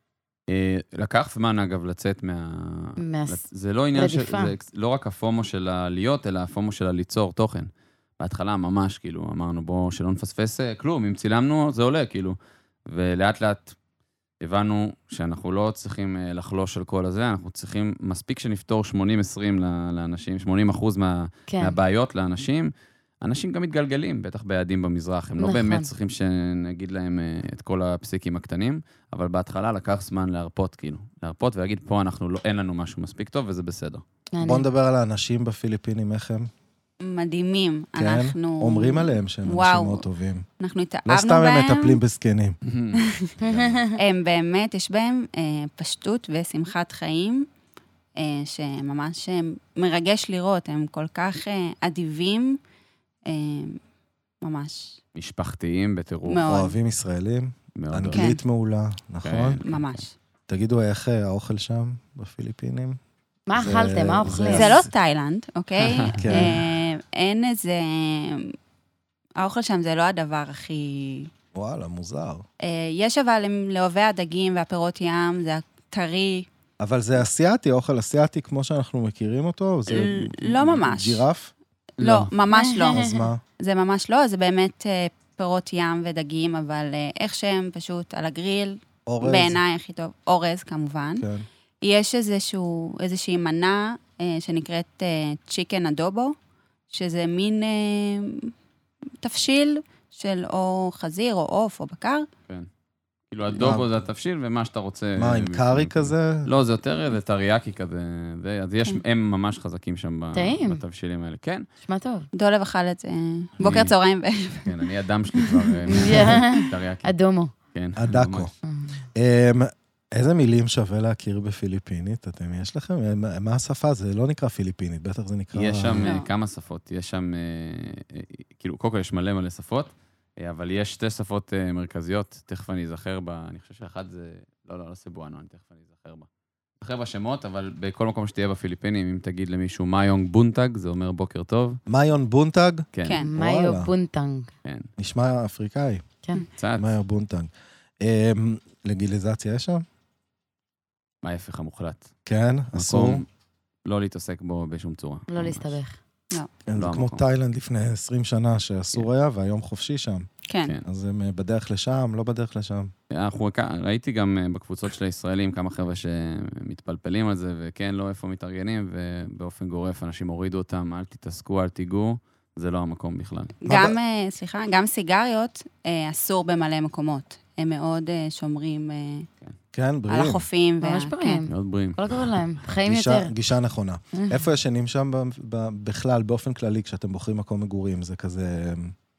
לקח זמן, אגב, לצאת מה... זה לא עניין של... זה לא רק הפומו של הלהיות, אלא הפומו של הליצור תוכן. בהתחלה ממש, כאילו, אמרנו, בוא, שלא נפספס כלום, אם צילמנו, זה עולה, כאילו. ולאט לאט הבנו שאנחנו לא צריכים לחלוש על כל הזה, אנחנו צריכים מספיק שנפתור שמונים עשרים לאנשים, שמונים אחוז מה, כן. מהבעיות לאנשים. אנשים גם מתגלגלים, בטח ביעדים במזרח, הם נכון. לא באמת צריכים שנגיד להם את כל הפסיקים הקטנים, אבל בהתחלה לקח זמן להרפות, כאילו, להרפות ולהגיד, פה אנחנו לא, אין לנו משהו מספיק טוב, וזה בסדר. בוא נדבר על האנשים בפיליפינים, איך הם? מדהימים. כן? אנחנו... אומרים עליהם שהם וואו. אנשים מאוד טובים. אנחנו התאהבנו בהם. לא סתם הם מטפלים בזקנים. הם באמת, יש בהם אה, פשטות ושמחת חיים, אה, שממש מרגש לראות, הם כל כך אה, אדיבים, אה, ממש. משפחתיים בטירוף. מאוד. אוהבים ישראלים, מאוד. אנגלית כן. מעולה, נכון? כן. ממש. תגידו, איך האוכל שם בפיליפינים? מה אכלתם? מה אוכלים? זה לא תאילנד, אוקיי? כן. אין איזה... האוכל שם זה לא הדבר הכי... וואלה, מוזר. יש אבל לאוהבי הדגים והפירות ים, זה טרי. אבל זה אסיאטי, אוכל אסיאטי כמו שאנחנו מכירים אותו? לא ממש. ג'ירף? לא, ממש לא. אז מה? זה ממש לא, זה באמת פירות ים ודגים, אבל איך שהם פשוט על הגריל, בעיניי הכי טוב. אורז, כמובן. כן. יש איזשהו, איזושהי מנה אה, שנקראת אה, צ'יקן אדובו, שזה מין אה, תפשיל של או חזיר או עוף או בקר. כן. כאילו, הדובו זה התבשיל, ומה שאתה רוצה... מה, עם קארי כזה? לא, זה יותר איזה טריאקי כזה. אז יש, הם ממש חזקים שם בתבשילים האלה. כן. נשמע טוב. דולב אכל את זה בוקר צהריים. כן, אני הדם שלי כבר טריאקי. אדומו. כן. הדקו. איזה מילים שווה להכיר בפיליפינית? אתם, יש לכם? מה השפה? זה לא נקרא פיליפינית, בטח זה נקרא... יש שם כמה שפות. יש שם, כאילו, קודם כל יש מלא מלא שפות, אבל יש שתי שפות מרכזיות, תכף אני אזכר בה, אני חושב שאחת זה... לא, לא, לא סבואנו, אני תכף אני אזכר בה. אזכר בשמות, אבל בכל מקום שתהיה בפיליפינים, אם תגיד למישהו מאיונג בונטג, זה אומר בוקר טוב. מאיון בונטג? כן. כן, מאיו בונטנג. כן. נשמע אפריקאי. כן. קצת. מאיו בונטג. לגיליזציה יש שם? מה ההפך המוחלט? כן, אסור. מקום לא להתעסק בו בשום צורה. לא להסתבך. לא. כן, זה לא כמו המקום. תאילנד לפני עשרים שנה שאסור היה, והיום חופשי שם. כן. כן. אז הם בדרך לשם, לא בדרך לשם. אנחנו, ראיתי גם בקבוצות של הישראלים כמה חבר'ה שמתפלפלים על זה, וכן, לא איפה מתארגנים, ובאופן גורף אנשים הורידו אותם, אל תתעסקו, אל תיגעו, זה לא המקום בכלל. גם, סליחה, גם סיגריות אסור במלא מקומות. הם מאוד שומרים כן, בריאים. על החופים. ממש בריאים. מאוד בריאים. כל הכבוד להם. חיים גישה, יותר. גישה נכונה. איפה ישנים שם ב- ב- בכלל, באופן כללי, כשאתם בוחרים מקום מגורים? זה כזה...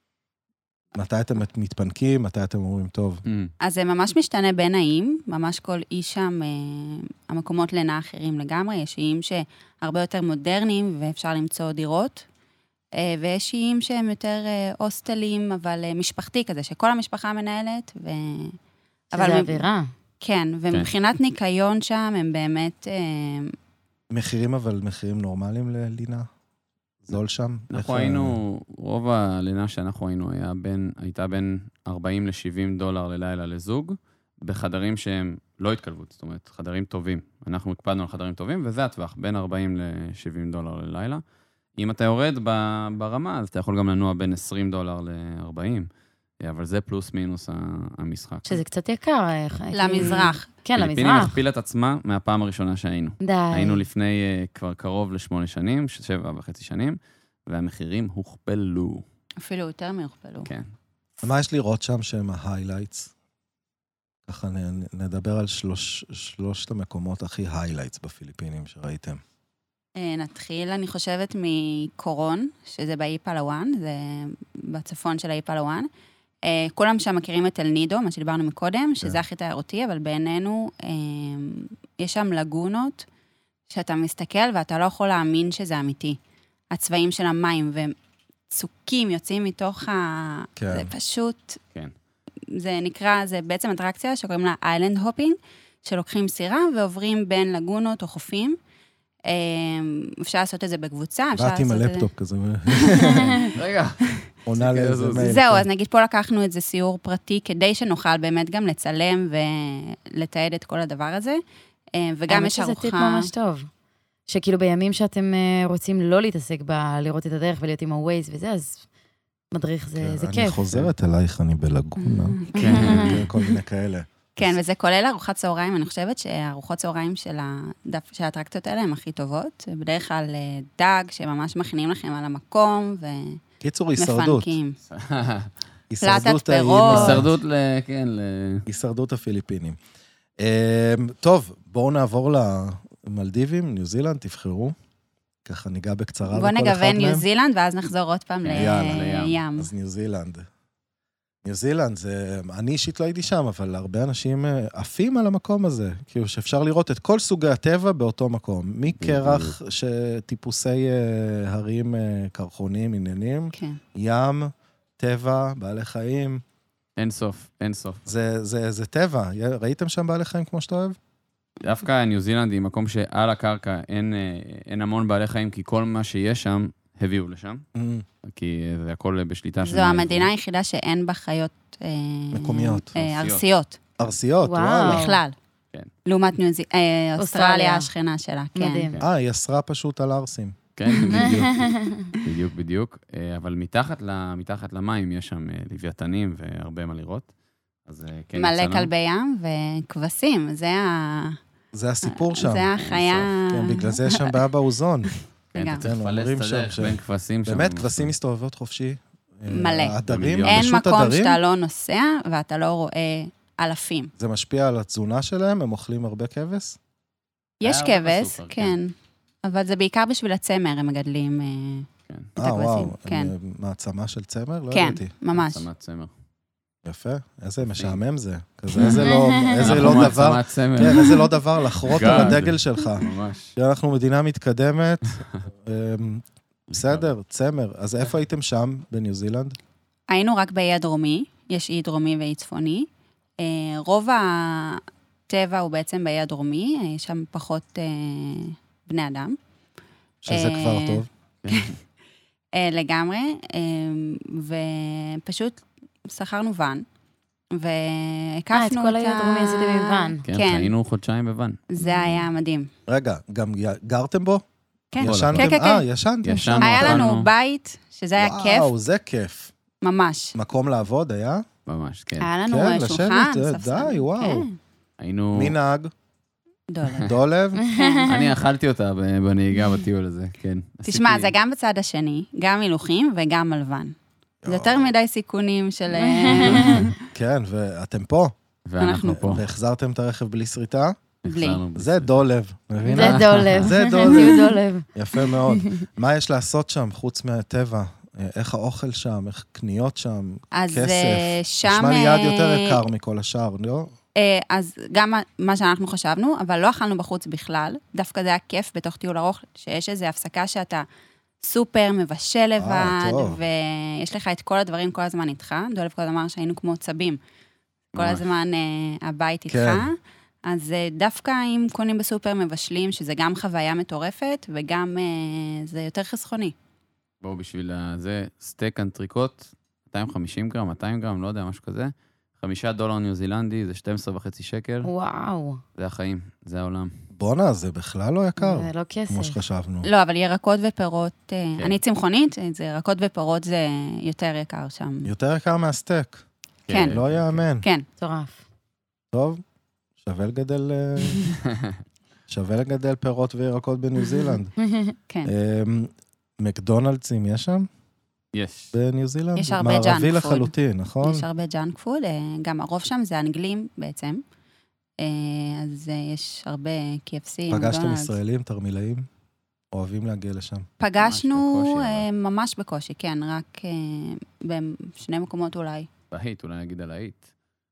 מתי אתם מתפנקים? מתי אתם אומרים טוב? אז זה ממש משתנה בין האיים, ממש כל אי שם, אה, המקומות לינה אחרים לגמרי, יש איים שהרבה יותר מודרניים ואפשר למצוא דירות, אה, ויש איים שהם יותר אה, הוסטלים, אבל אה, משפחתי כזה, שכל המשפחה מנהלת, ו... שזה אווירה. כן, ומבחינת ניקיון שם הם באמת... אה, מחירים אבל מחירים נורמליים ללינה? זול שם? אנחנו היינו, רוב הלינה שאנחנו היינו היה בין, הייתה בין ארבעים ל-שבעים דולר ללילה לזוג, בחדרים שהם לא התקלבות, זאת אומרת, חדרים טובים. אנחנו הקפדנו על חדרים טובים, וזה הטווח, בין ארבעים ל-שבעים דולר ללילה. אם אתה יורד ברמה, אז אתה יכול גם לנוע בין עשרים דולר ל-ארבעים, אבל זה פלוס מינוס המשחק. שזה קצת יקר. למזרח. כן, פיליפינים למזרח. הכפילה את עצמה מהפעם הראשונה שהיינו. די. היינו לפני כבר קרוב לשמונה שנים, שבע וחצי שנים, והמחירים הוכפלו. אפילו יותר מהוכפלו. כן. מה יש לראות שם שהם ההיילייטס? ככה נדבר על שלוש, שלושת המקומות הכי היילייטס בפיליפינים שראיתם. נתחיל, אני חושבת, מקורון, שזה באי פלוואן, זה בצפון של האי פלוואן. כולם שם מכירים את אל-נידו, מה שדיברנו מקודם, שזה הכי תיירותי, אבל בעינינו יש שם לגונות, שאתה מסתכל ואתה לא יכול להאמין שזה אמיתי. הצבעים של המים וצוקים יוצאים מתוך ה... כן. זה פשוט... כן. זה נקרא, זה בעצם אטרקציה שקוראים לה איילנד הופינג, שלוקחים סירה ועוברים בין לגונות או חופים. אפשר לעשות את זה בקבוצה, אפשר באתי עם לעשות את זה... הלפטופ כזה. רגע. עונה לאיזה מייל. זהו, אז נגיד פה לקחנו את זה סיור פרטי, כדי שנוכל באמת גם לצלם ולתעד את כל הדבר הזה. וגם יש ארוחה... האמת שזה טיפ ממש טוב. שכאילו בימים שאתם רוצים לא להתעסק בה, לראות את הדרך ולהיות עם הווייז וזה, אז מדריך זה כיף. אני חוזרת אלייך, אני בלגונה. כן. כל מיני כאלה. כן, וזה כולל ארוחת צהריים, אני חושבת שארוחת צהריים של האטרקציות האלה הן הכי טובות, בדרך כלל דג שממש מכינים לכם על המקום, ו... קיצור, הישרדות. מפנקים. הישרדות פירות. הישרדות ל... כן, ל... הישרדות הפיליפינים. טוב, בואו נעבור למלדיבים, ניו זילנד, תבחרו. ככה ניגע בקצרה בכל אחד בוא מהם. נגוון ניו זילנד, ואז נחזור עוד פעם יאללה, לים. אז ניו זילנד. ניו זילנד, זה, אני אישית לא הייתי שם, אבל הרבה אנשים עפים על המקום הזה, כאילו שאפשר לראות את כל סוגי הטבע באותו מקום, מקרח שטיפוסי הרים, קרחונים, עניינים, כן. ים, טבע, בעלי חיים. אין סוף, אין סוף. זה, זה, זה טבע. ראיתם שם בעלי חיים כמו שאתה אוהב? דווקא ניו זילנד היא מקום שעל הקרקע אין, אין המון בעלי חיים, כי כל מה שיש שם הביאו לשם. כי זה הכל בשליטה של... זו המדינה היחידה שאין בה חיות... מקומיות. ארסיות. ארסיות, וואו. בכלל. כן. לעומת ניו זילנד, אוסטרליה, אוסטרליה. השכנה שלה, כן. מדהים. אה, היא אסרה פשוט על ארסים. כן, בדיוק. בדיוק, בדיוק. אבל מתחת, מתחת למים יש שם לוויתנים והרבה מה לראות. אז כן מלא יצאנו. כלבי ים וכבשים, זה ה... זה הסיפור שם. זה החיה... כן, בגלל זה יש שם בעיה באוזון. כן, אתה צריך כן, אומרים לפלס את שם הדרך ש- בין כבשים שם. באמת, כבשים מסתובבות חופשי. מלא. הדרים, מיליון. אין רשות מקום הדרים. שאתה לא נוסע, ואתה לא רואה אלפים. זה משפיע על התזונה שלהם? הם אוכלים הרבה כבש? יש היה הרבה כבש, בסופר, כן. אבל זה בעיקר בשביל הצמר, הם מגדלים אה, כן. את אה, הכבשים. וואו. כן, הם מעצמה של צמר? לא כן, ידעתי. ממש. צמת צמר. יפה. איזה משעמם זה. כזה, איזה לא, איזה אנחנו לא דבר, מעצמת צמר. כן, איזה לא דבר לחרות על גד. הדגל שלך. ממש. כי אנחנו מדינה מתקדמת. אמ, בסדר, צמר. אז איפה הייתם שם, בניו זילנד? היינו רק באי הדרומי, יש אי דרומי ואי צפוני. אה, רוב הטבע הוא בעצם באי הדרומי, יש שם פחות אה, בני אדם. שזה אה, כבר טוב. אה, לגמרי, אה, ופשוט שכרנו ואן, והקפנו אה, את אותה... כל האי הדרומי עשיתם עם ואן. כן, כן. היינו חודשיים בוואן. זה היה מדהים. רגע, גם י- גרתם בו? כן, ישנתם? כן, כן, אה, כן. ישנתם. ישנו. היה לנו אכלנו. בית, שזה היה כיף, וואו, זה כיף. ממש. מקום לעבוד היה? ממש, כן. היה לנו כן, שולחן, לשבת, ספסל. די, וואו. כן. היינו... מי נהג? דולר. דולב? אני אכלתי אותה ב- בנהיגה בטיול הזה, כן. תשמע, עשיתי- זה גם בצד השני, גם הילוכים וגם מלבן. זה יותר מדי סיכונים של... כן, ואתם פה. ואנחנו אנחנו פה. והחזרתם את הרכב בלי שריטה? בלי. החזרנו זה דולב, מבינה? זה דולב. זה דולב. זה דולב. יפה מאוד. מה יש לעשות שם, חוץ מהטבע? איך האוכל שם, איך קניות שם, אז כסף? אה, שם... נשמע לי יד יותר אה, יקר מכל השאר, לא? אה, אז גם מה- מה שאנחנו חשבנו, אבל לא אכלנו בחוץ בכלל. דווקא זה היה כיף בתוך טיול ארוך, שיש איזו הפסקה שאתה סופר, מבשל לבד, טוב. ויש לך את כל הדברים כל הזמן איתך. דולב כל הזמן אמר שהיינו כמו צבים. כל ממש. הזמן אה, הבית איתך. כן. אז אה, דווקא אם קונים בסופר מבשלים, שזה גם חוויה מטורפת, וגם אה, זה יותר חסכוני. בואו בשביל זה, סטייק אנטריקוט, מאתיים וחמישים גרם, מאתיים גרם, לא יודע, משהו כזה. חמישה דולר ניו זילנדי, זה שתים עשרה וחצי שקל. וואו. זה החיים, זה העולם. בואנה, זה בכלל לא יקר, זה לא כסף. כמו שחשבנו. לא, אבל ירקות ופירות, אה, כן. אני צמחונית, זה ירקות ופירות זה יותר יקר שם. יותר יקר מהסטייק. כן. לא יאמן. כן. מטורף. טוב, שווה לגדל... אה, שווה לגדל פירות וירקות בניו זילנד. כן. אמ, מקדונלדסים יש שם? יש. בניו זילנד? יש הרבה מערבי ג'אנק פוד. לחלוטין, נכון? יש הרבה ג'אנק פוד, אה, גם הרוב שם זה אנגלים בעצם. אה, אז אה, יש הרבה קי אף סי, פגשתם מקדונלדס. ישראלים, תרמילאים? אוהבים להגיע לשם. פגשנו ממש בקושי, אה, אבל. ממש בקושי, כן, רק אה, בשני מקומות אולי. בהיט, אולי נגיד על ההיט.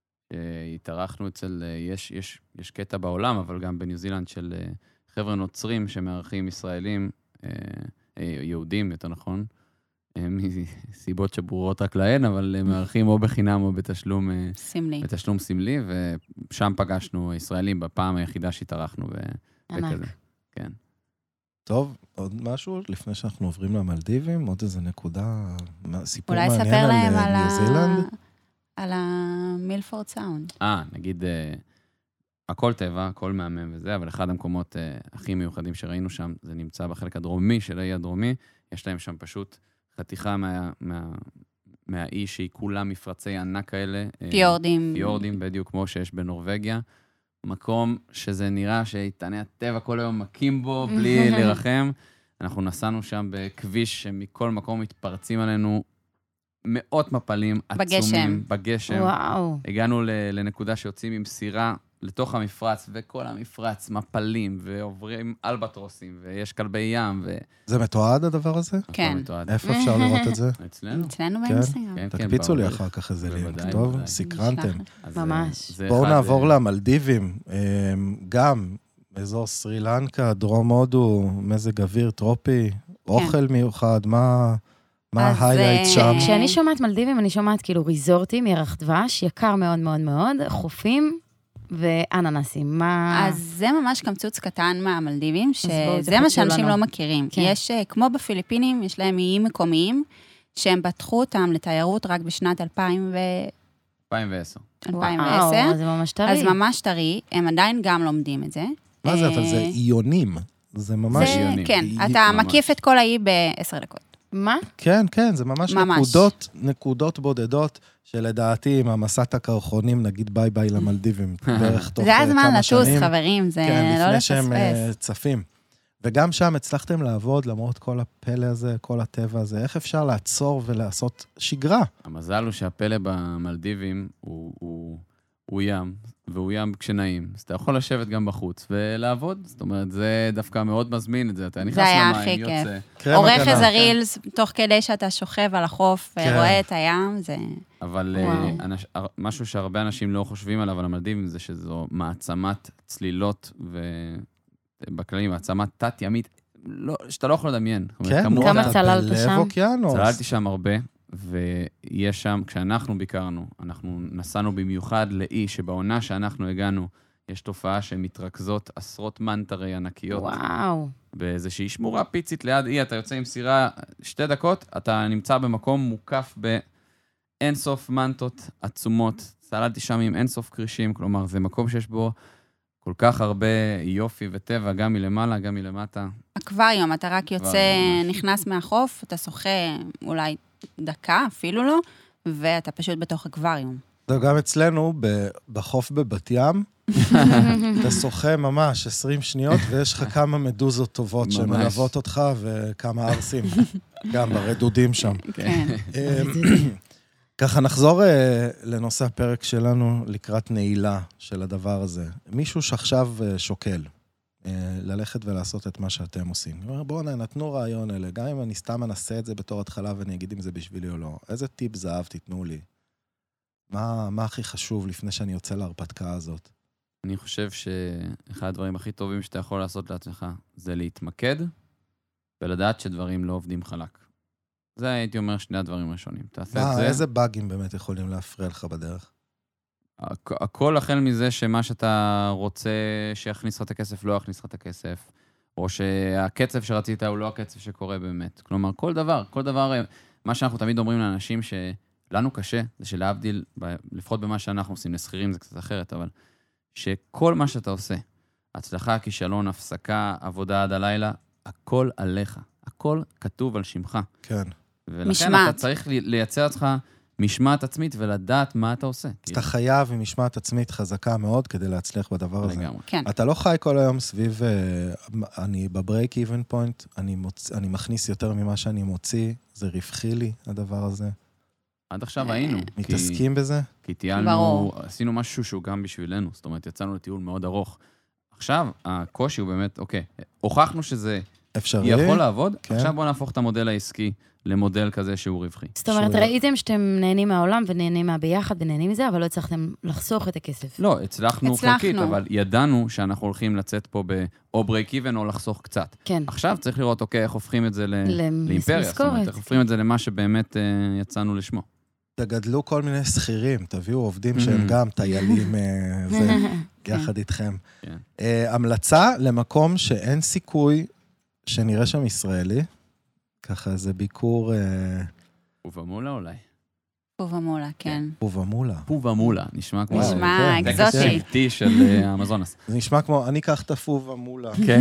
התארחנו אצל, יש, יש, יש קטע בעולם, אבל גם בניו זילנד של אה, חבר'ה נוצרים שמארחים ישראלים, אה, אה, יהודים, יותר נכון, אה, מסיבות שברורות רק להן, אבל הם מארחים או בחינם או בתשלום, אה, סמלי. בתשלום סמלי, ושם פגשנו ישראלים בפעם היחידה שהתארחנו ו- ענק. וכזה. כן. טוב, עוד משהו לפני שאנחנו עוברים למלדיבים? עוד איזה נקודה, מה- סיפור אולי מעניין ספר להם על על ניו ה... זילנד? על המילפורד סאונד. אה, נגיד, אה, הכל טבע, הכל מהמם וזה, אבל אחד המקומות אה, הכי מיוחדים שראינו שם, זה נמצא בחלק הדרומי של האי הדרומי, יש להם שם פשוט חתיכה מה, מה, מהאי שהיא כולה מפרצי ענק כאלה. אה, פיורדים. פיורדים, בדיוק כמו שיש בנורווגיה. מקום שזה נראה שאיתני הטבע כל היום מכים בו בלי לרחם. אנחנו נסענו שם בכביש שמכל מקום מתפרצים עלינו מאות מפלים בגשם. עצומים. בגשם. וואו. הגענו ל- לנקודה שיוצאים עם סירה לתוך המפרץ, וכל המפרץ מפלים, ועוברים אלבטרוסים, ויש כלבי ים, ו... זה מתועד הדבר הזה? כן. הכל מתועד. איפה אפשר לראות את זה? אצלנו. אצלנו כן. באינסטגרם. כן, כן, תקפיצו לי בערך. אחר כך איזה לינק, בוודאי, טוב? בוודאי. סקרנתם. נשלח. אז, ממש. זה בואו אחד, נעבור אה, למלדיבים. אמ, גם אזור סרי לנקה, דרום הודו, מזג אוויר טרופי, אוכל מיוחד, מה מה אז, ההיילייט אה, שם? כשאני שומעת מלדיבים, אני שומעת כאילו ריזורטים, ירח דבש, יקר מאוד מאוד מאוד, חופים ואננסים. מה... אז זה ממש קמצוץ קטן מהמלדיבים, בואו, שזה מה תחדשו שאנשים לנו. לא מכירים. כן. יש, אה, כמו בפיליפינים, יש להם איים מקומיים, שהם פתחו אותם לתיירות רק בשנת אלפיים אלפיים ועשר. וואו, ועשר. זה ממש טרי. אז ממש טרי, הם עדיין גם לומדים את זה. מה זה, אה, אבל זה איונים. זה ממש... זה, איונים. כן, אי- אתה ממש. מקיף את כל האי בעשר דקות. מה? כן, כן, זה ממש, ממש. נקודות, נקודות בודדות, שלדעתי עם המסת הקרחונים, נגיד ביי ביי למלדיבים, בערך תוך זה אה, הזמן כמה לטוס, שנים. חברים, זה כן, לא לפני שהם אה, לפספס. צפים. וגם שם הצלחתם לעבוד, למרות כל הפלא הזה, כל הטבע הזה, איך אפשר לעצור ולעשות שגרה? המזל הוא שהפלא במלדיבים הוא, הוא, הוא ים, והוא ים כשנעים. אז אתה יכול לשבת גם בחוץ ולעבוד. זאת אומרת, זה דווקא מאוד מזמין את זה. אתה נכנס למים, יוצא. עורך איזה רילס, תוך כדי שאתה שוכב על החוף ורואה את הים, זה... אבל משהו שהרבה אנשים לא חושבים עליו, על המלדיבים, זה שזו מעצמת צלילות, ובכללים, מעצמת תת-ימית, שאתה לא יכול לדמיין. כן, כמה צללת שם? צללתי שם הרבה. ויש שם, כשאנחנו ביקרנו, אנחנו נסענו במיוחד לאי שבעונה שאנחנו הגענו, יש תופעה שמתרכזות עשרות מנטרי ענקיות. וואו. באיזושהי שמורה פיצית ליד אי, אתה יוצא עם סירה שתי דקות, אתה נמצא במקום מוקף באינסוף מנטות עצומות, צללתי שם עם אינסוף קרישים, כלומר, זה מקום שיש בו כל כך הרבה יופי וטבע, גם מלמעלה, גם מלמטה. אקווריום, אתה רק יוצא, נכנס מהחוף, אתה שוחה אולי דקה, אפילו לא, ואתה פשוט בתוך אקווריום. זה גם אצלנו, בחוף בבת ים, אתה שוחה ממש עשרים שניות, ויש לך כמה מדוזות טובות שמלוות אותך, וכמה ארסים, גם ברדודים שם. ככה נחזור לנושא הפרק שלנו, לקראת נעילה של הדבר הזה. מישהו שעכשיו שוקל, ללכת ולעשות את מה שאתם עושים. בואו נתנו רעיון אלה, גם אם אני סתם אנסה את זה בתור התחלה ואני אגיד אם זה בשבילי או לא. איזה טיפ זהב תיתנו לי? מה, מה הכי חשוב לפני שאני יוצא להרפתקה הזאת? אני חושב שאחד הדברים הכי טובים שאתה יכול לעשות לעצמך, זה להתמקד ולדעת שדברים לא עובדים חלק. זה הייתי אומר שני הדברים הראשונים. תעשה את זה. איזה באגים באמת יכולים להפריע לך בדרך? הכל החל מזה שמה שאתה רוצה שיכניס לך את הכסף, לא יכניס לך את הכסף, או שהקצב שרצית הוא לא הקצב שקורה באמת. כלומר, כל דבר, כל דבר, מה שאנחנו תמיד אומרים לאנשים שלנו קשה, זה שלהבדיל, לפחות במה שאנחנו עושים, לסחירים זה קצת אחרת, אבל שכל מה שאתה עושה, הצלחה, כישלון, הפסקה, עבודה עד הלילה, הכל עליך. הכל כתוב על שמך. כן. ולכן משמעת. אתה צריך לייצר אותך משמעת עצמית ולדעת מה אתה עושה. אתה חייב עם משמעת עצמית חזקה מאוד כדי להצליח בדבר הזה. כן. אתה לא חי כל היום סביב, אני בברייק איבן פוינט, אני מכניס יותר ממה שאני מוציא, זה רווחי לי הדבר הזה. עד עכשיו היינו. מתעסקים בזה? כי טיילנו, עשינו משהו שהוא גם בשבילנו, זאת אומרת, יצאנו לטיול מאוד ארוך. עכשיו, הקושי הוא באמת, אוקיי, הוכחנו שזה אפשרי. יכול לעבוד, עכשיו בואו נהפוך את המודל העסקי למודל כזה שהוא רווחי. זאת אומרת, ראיתם שאתם נהנים מהעולם ונהנים מהביחד ונהנים מזה, אבל לא הצלחתם לחסוך את הכסף. לא, הצלחנו חלקית, אבל ידענו שאנחנו הולכים לצאת פה או ברייק איבן או לחסוך קצת. כן. עכשיו צריך לראות, אוקיי, איך הופכים את זה לאימפריה. זאת אומרת, איך הופכים את זה למה שבאמת יצאנו לשמו. תגדלו כל מיני שכירים, תביאו עובדים שהם גם טיילים יחד איתכם. המלצה למקום שאין סיכוי שנראה שם ישראלי, ככה זה ביקור... פובמולה אולי. פובמולה, כן. פובמולה. פובמולה, נשמע כמו... נשמע אקזוטי. טקס שבטי של האמזונס. זה נשמע כמו, אני אקח את הפובמולה. כן.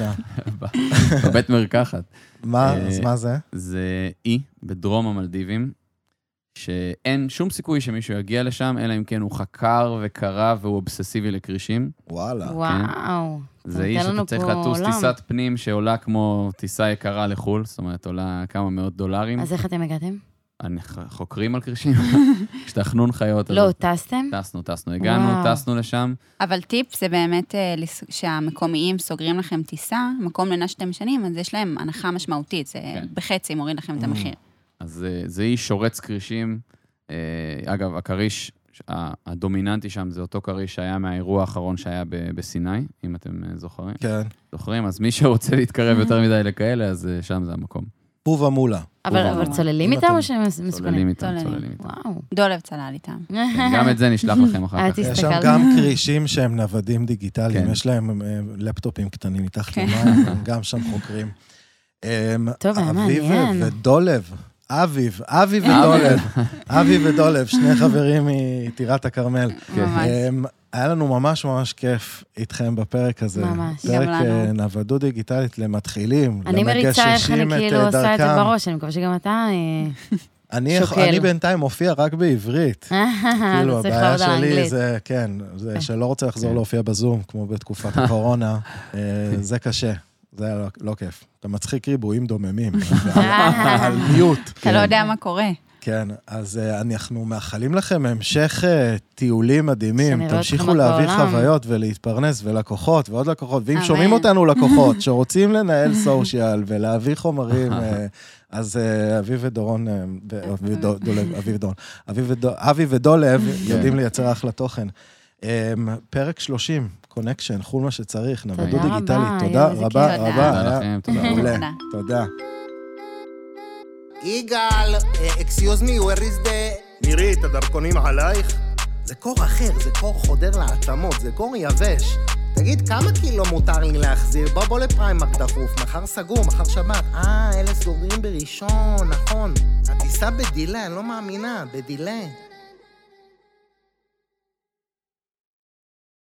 בבית מרקחת. מה, אז מה זה? זה אי בדרום המלדיבים, שאין שום סיכוי שמישהו יגיע לשם, אלא אם כן הוא חקר וקרא והוא אובססיבי לקרישים. וואלה. וואו. זה איש שאתה צריך לטוס טיסת פנים שעולה כמו טיסה יקרה לחול, זאת אומרת, עולה כמה מאות דולרים. אז איך אתם הגעתם? חוקרים על קרישים. יש תכנון חיות. לא, טסתם? טסנו, טסנו. הגענו, טסנו לשם. אבל טיפ זה באמת שהמקומיים סוגרים לכם טיסה, מקום לנה שאתם שנים, אז יש להם הנחה משמעותית, זה בחצי מוריד לכם את המחיר. אז זה איש שורץ קרישים. אגב, הקריש הדומיננטי שם זה אותו קריש שהיה מהאירוע האחרון שהיה בסיני, אם אתם זוכרים. כן. זוכרים? אז מי שרוצה להתקרב יותר מדי לכאלה, אז שם זה המקום. פובמולה. אבל צוללים איתם או שהם מספנים? צוללים איתם, צוללים איתם. וואו. דולב צלל איתם. גם את זה נשלח לכם אחר כך. יש שם גם קרישים שהם נוודים דיגיטליים, יש להם לפטופים קטנים מתחת למים, גם שם חוקרים. טוב, היה מעניין. אביב ודולב. אביב, אביב ודולב. אביב ודולב, שני חברים מטירת הכרמל. היה לנו ממש ממש כיף איתכם בפרק הזה. ממש. פרק נוודות דיגיטלית למתחילים, אני מריצה איך אני כאילו עושה את זה בראש, אני מקווה שגם אתה שוקל. אני בינתיים מופיע רק בעברית. כאילו, הבעיה שלי זה, כן, זה שלא רוצה לחזור להופיע בזום, כמו בתקופת הקורונה, זה קשה. זה היה לא כיף. אתה מצחיק ריבועים דוממים. על מיוט. אתה לא יודע מה קורה. כן, אז אנחנו מאחלים לכם המשך טיולים מדהימים, תמשיכו להביא חוויות ולהתפרנס ולקוחות ועוד לקוחות, ואם שומעים אותנו לקוחות שרוצים לנהל סושיאל ולהביא חומרים, אז אביב ודורון, אביב ודולב יודעים לייצר אחלה תוכן. פרק שלושים, קונקשן, חול מה שצריך, נוודות דיגיטלית, תודה רבה רבה. תודה. תודה. יגאל, אקסיוז מי, where is the... מירי, את הדרכונים עלייך? זה קור אחר, זה קור חודר לעצמות, זה קור יבש. תגיד, כמה קילו מותר לי להחזיר? בוא בוא לפריימק דחוף, מחר סגור, מחר שבת. אה, אלה סגורים בראשון, נכון. הטיסה בדילה, אני לא מאמינה, בדילה.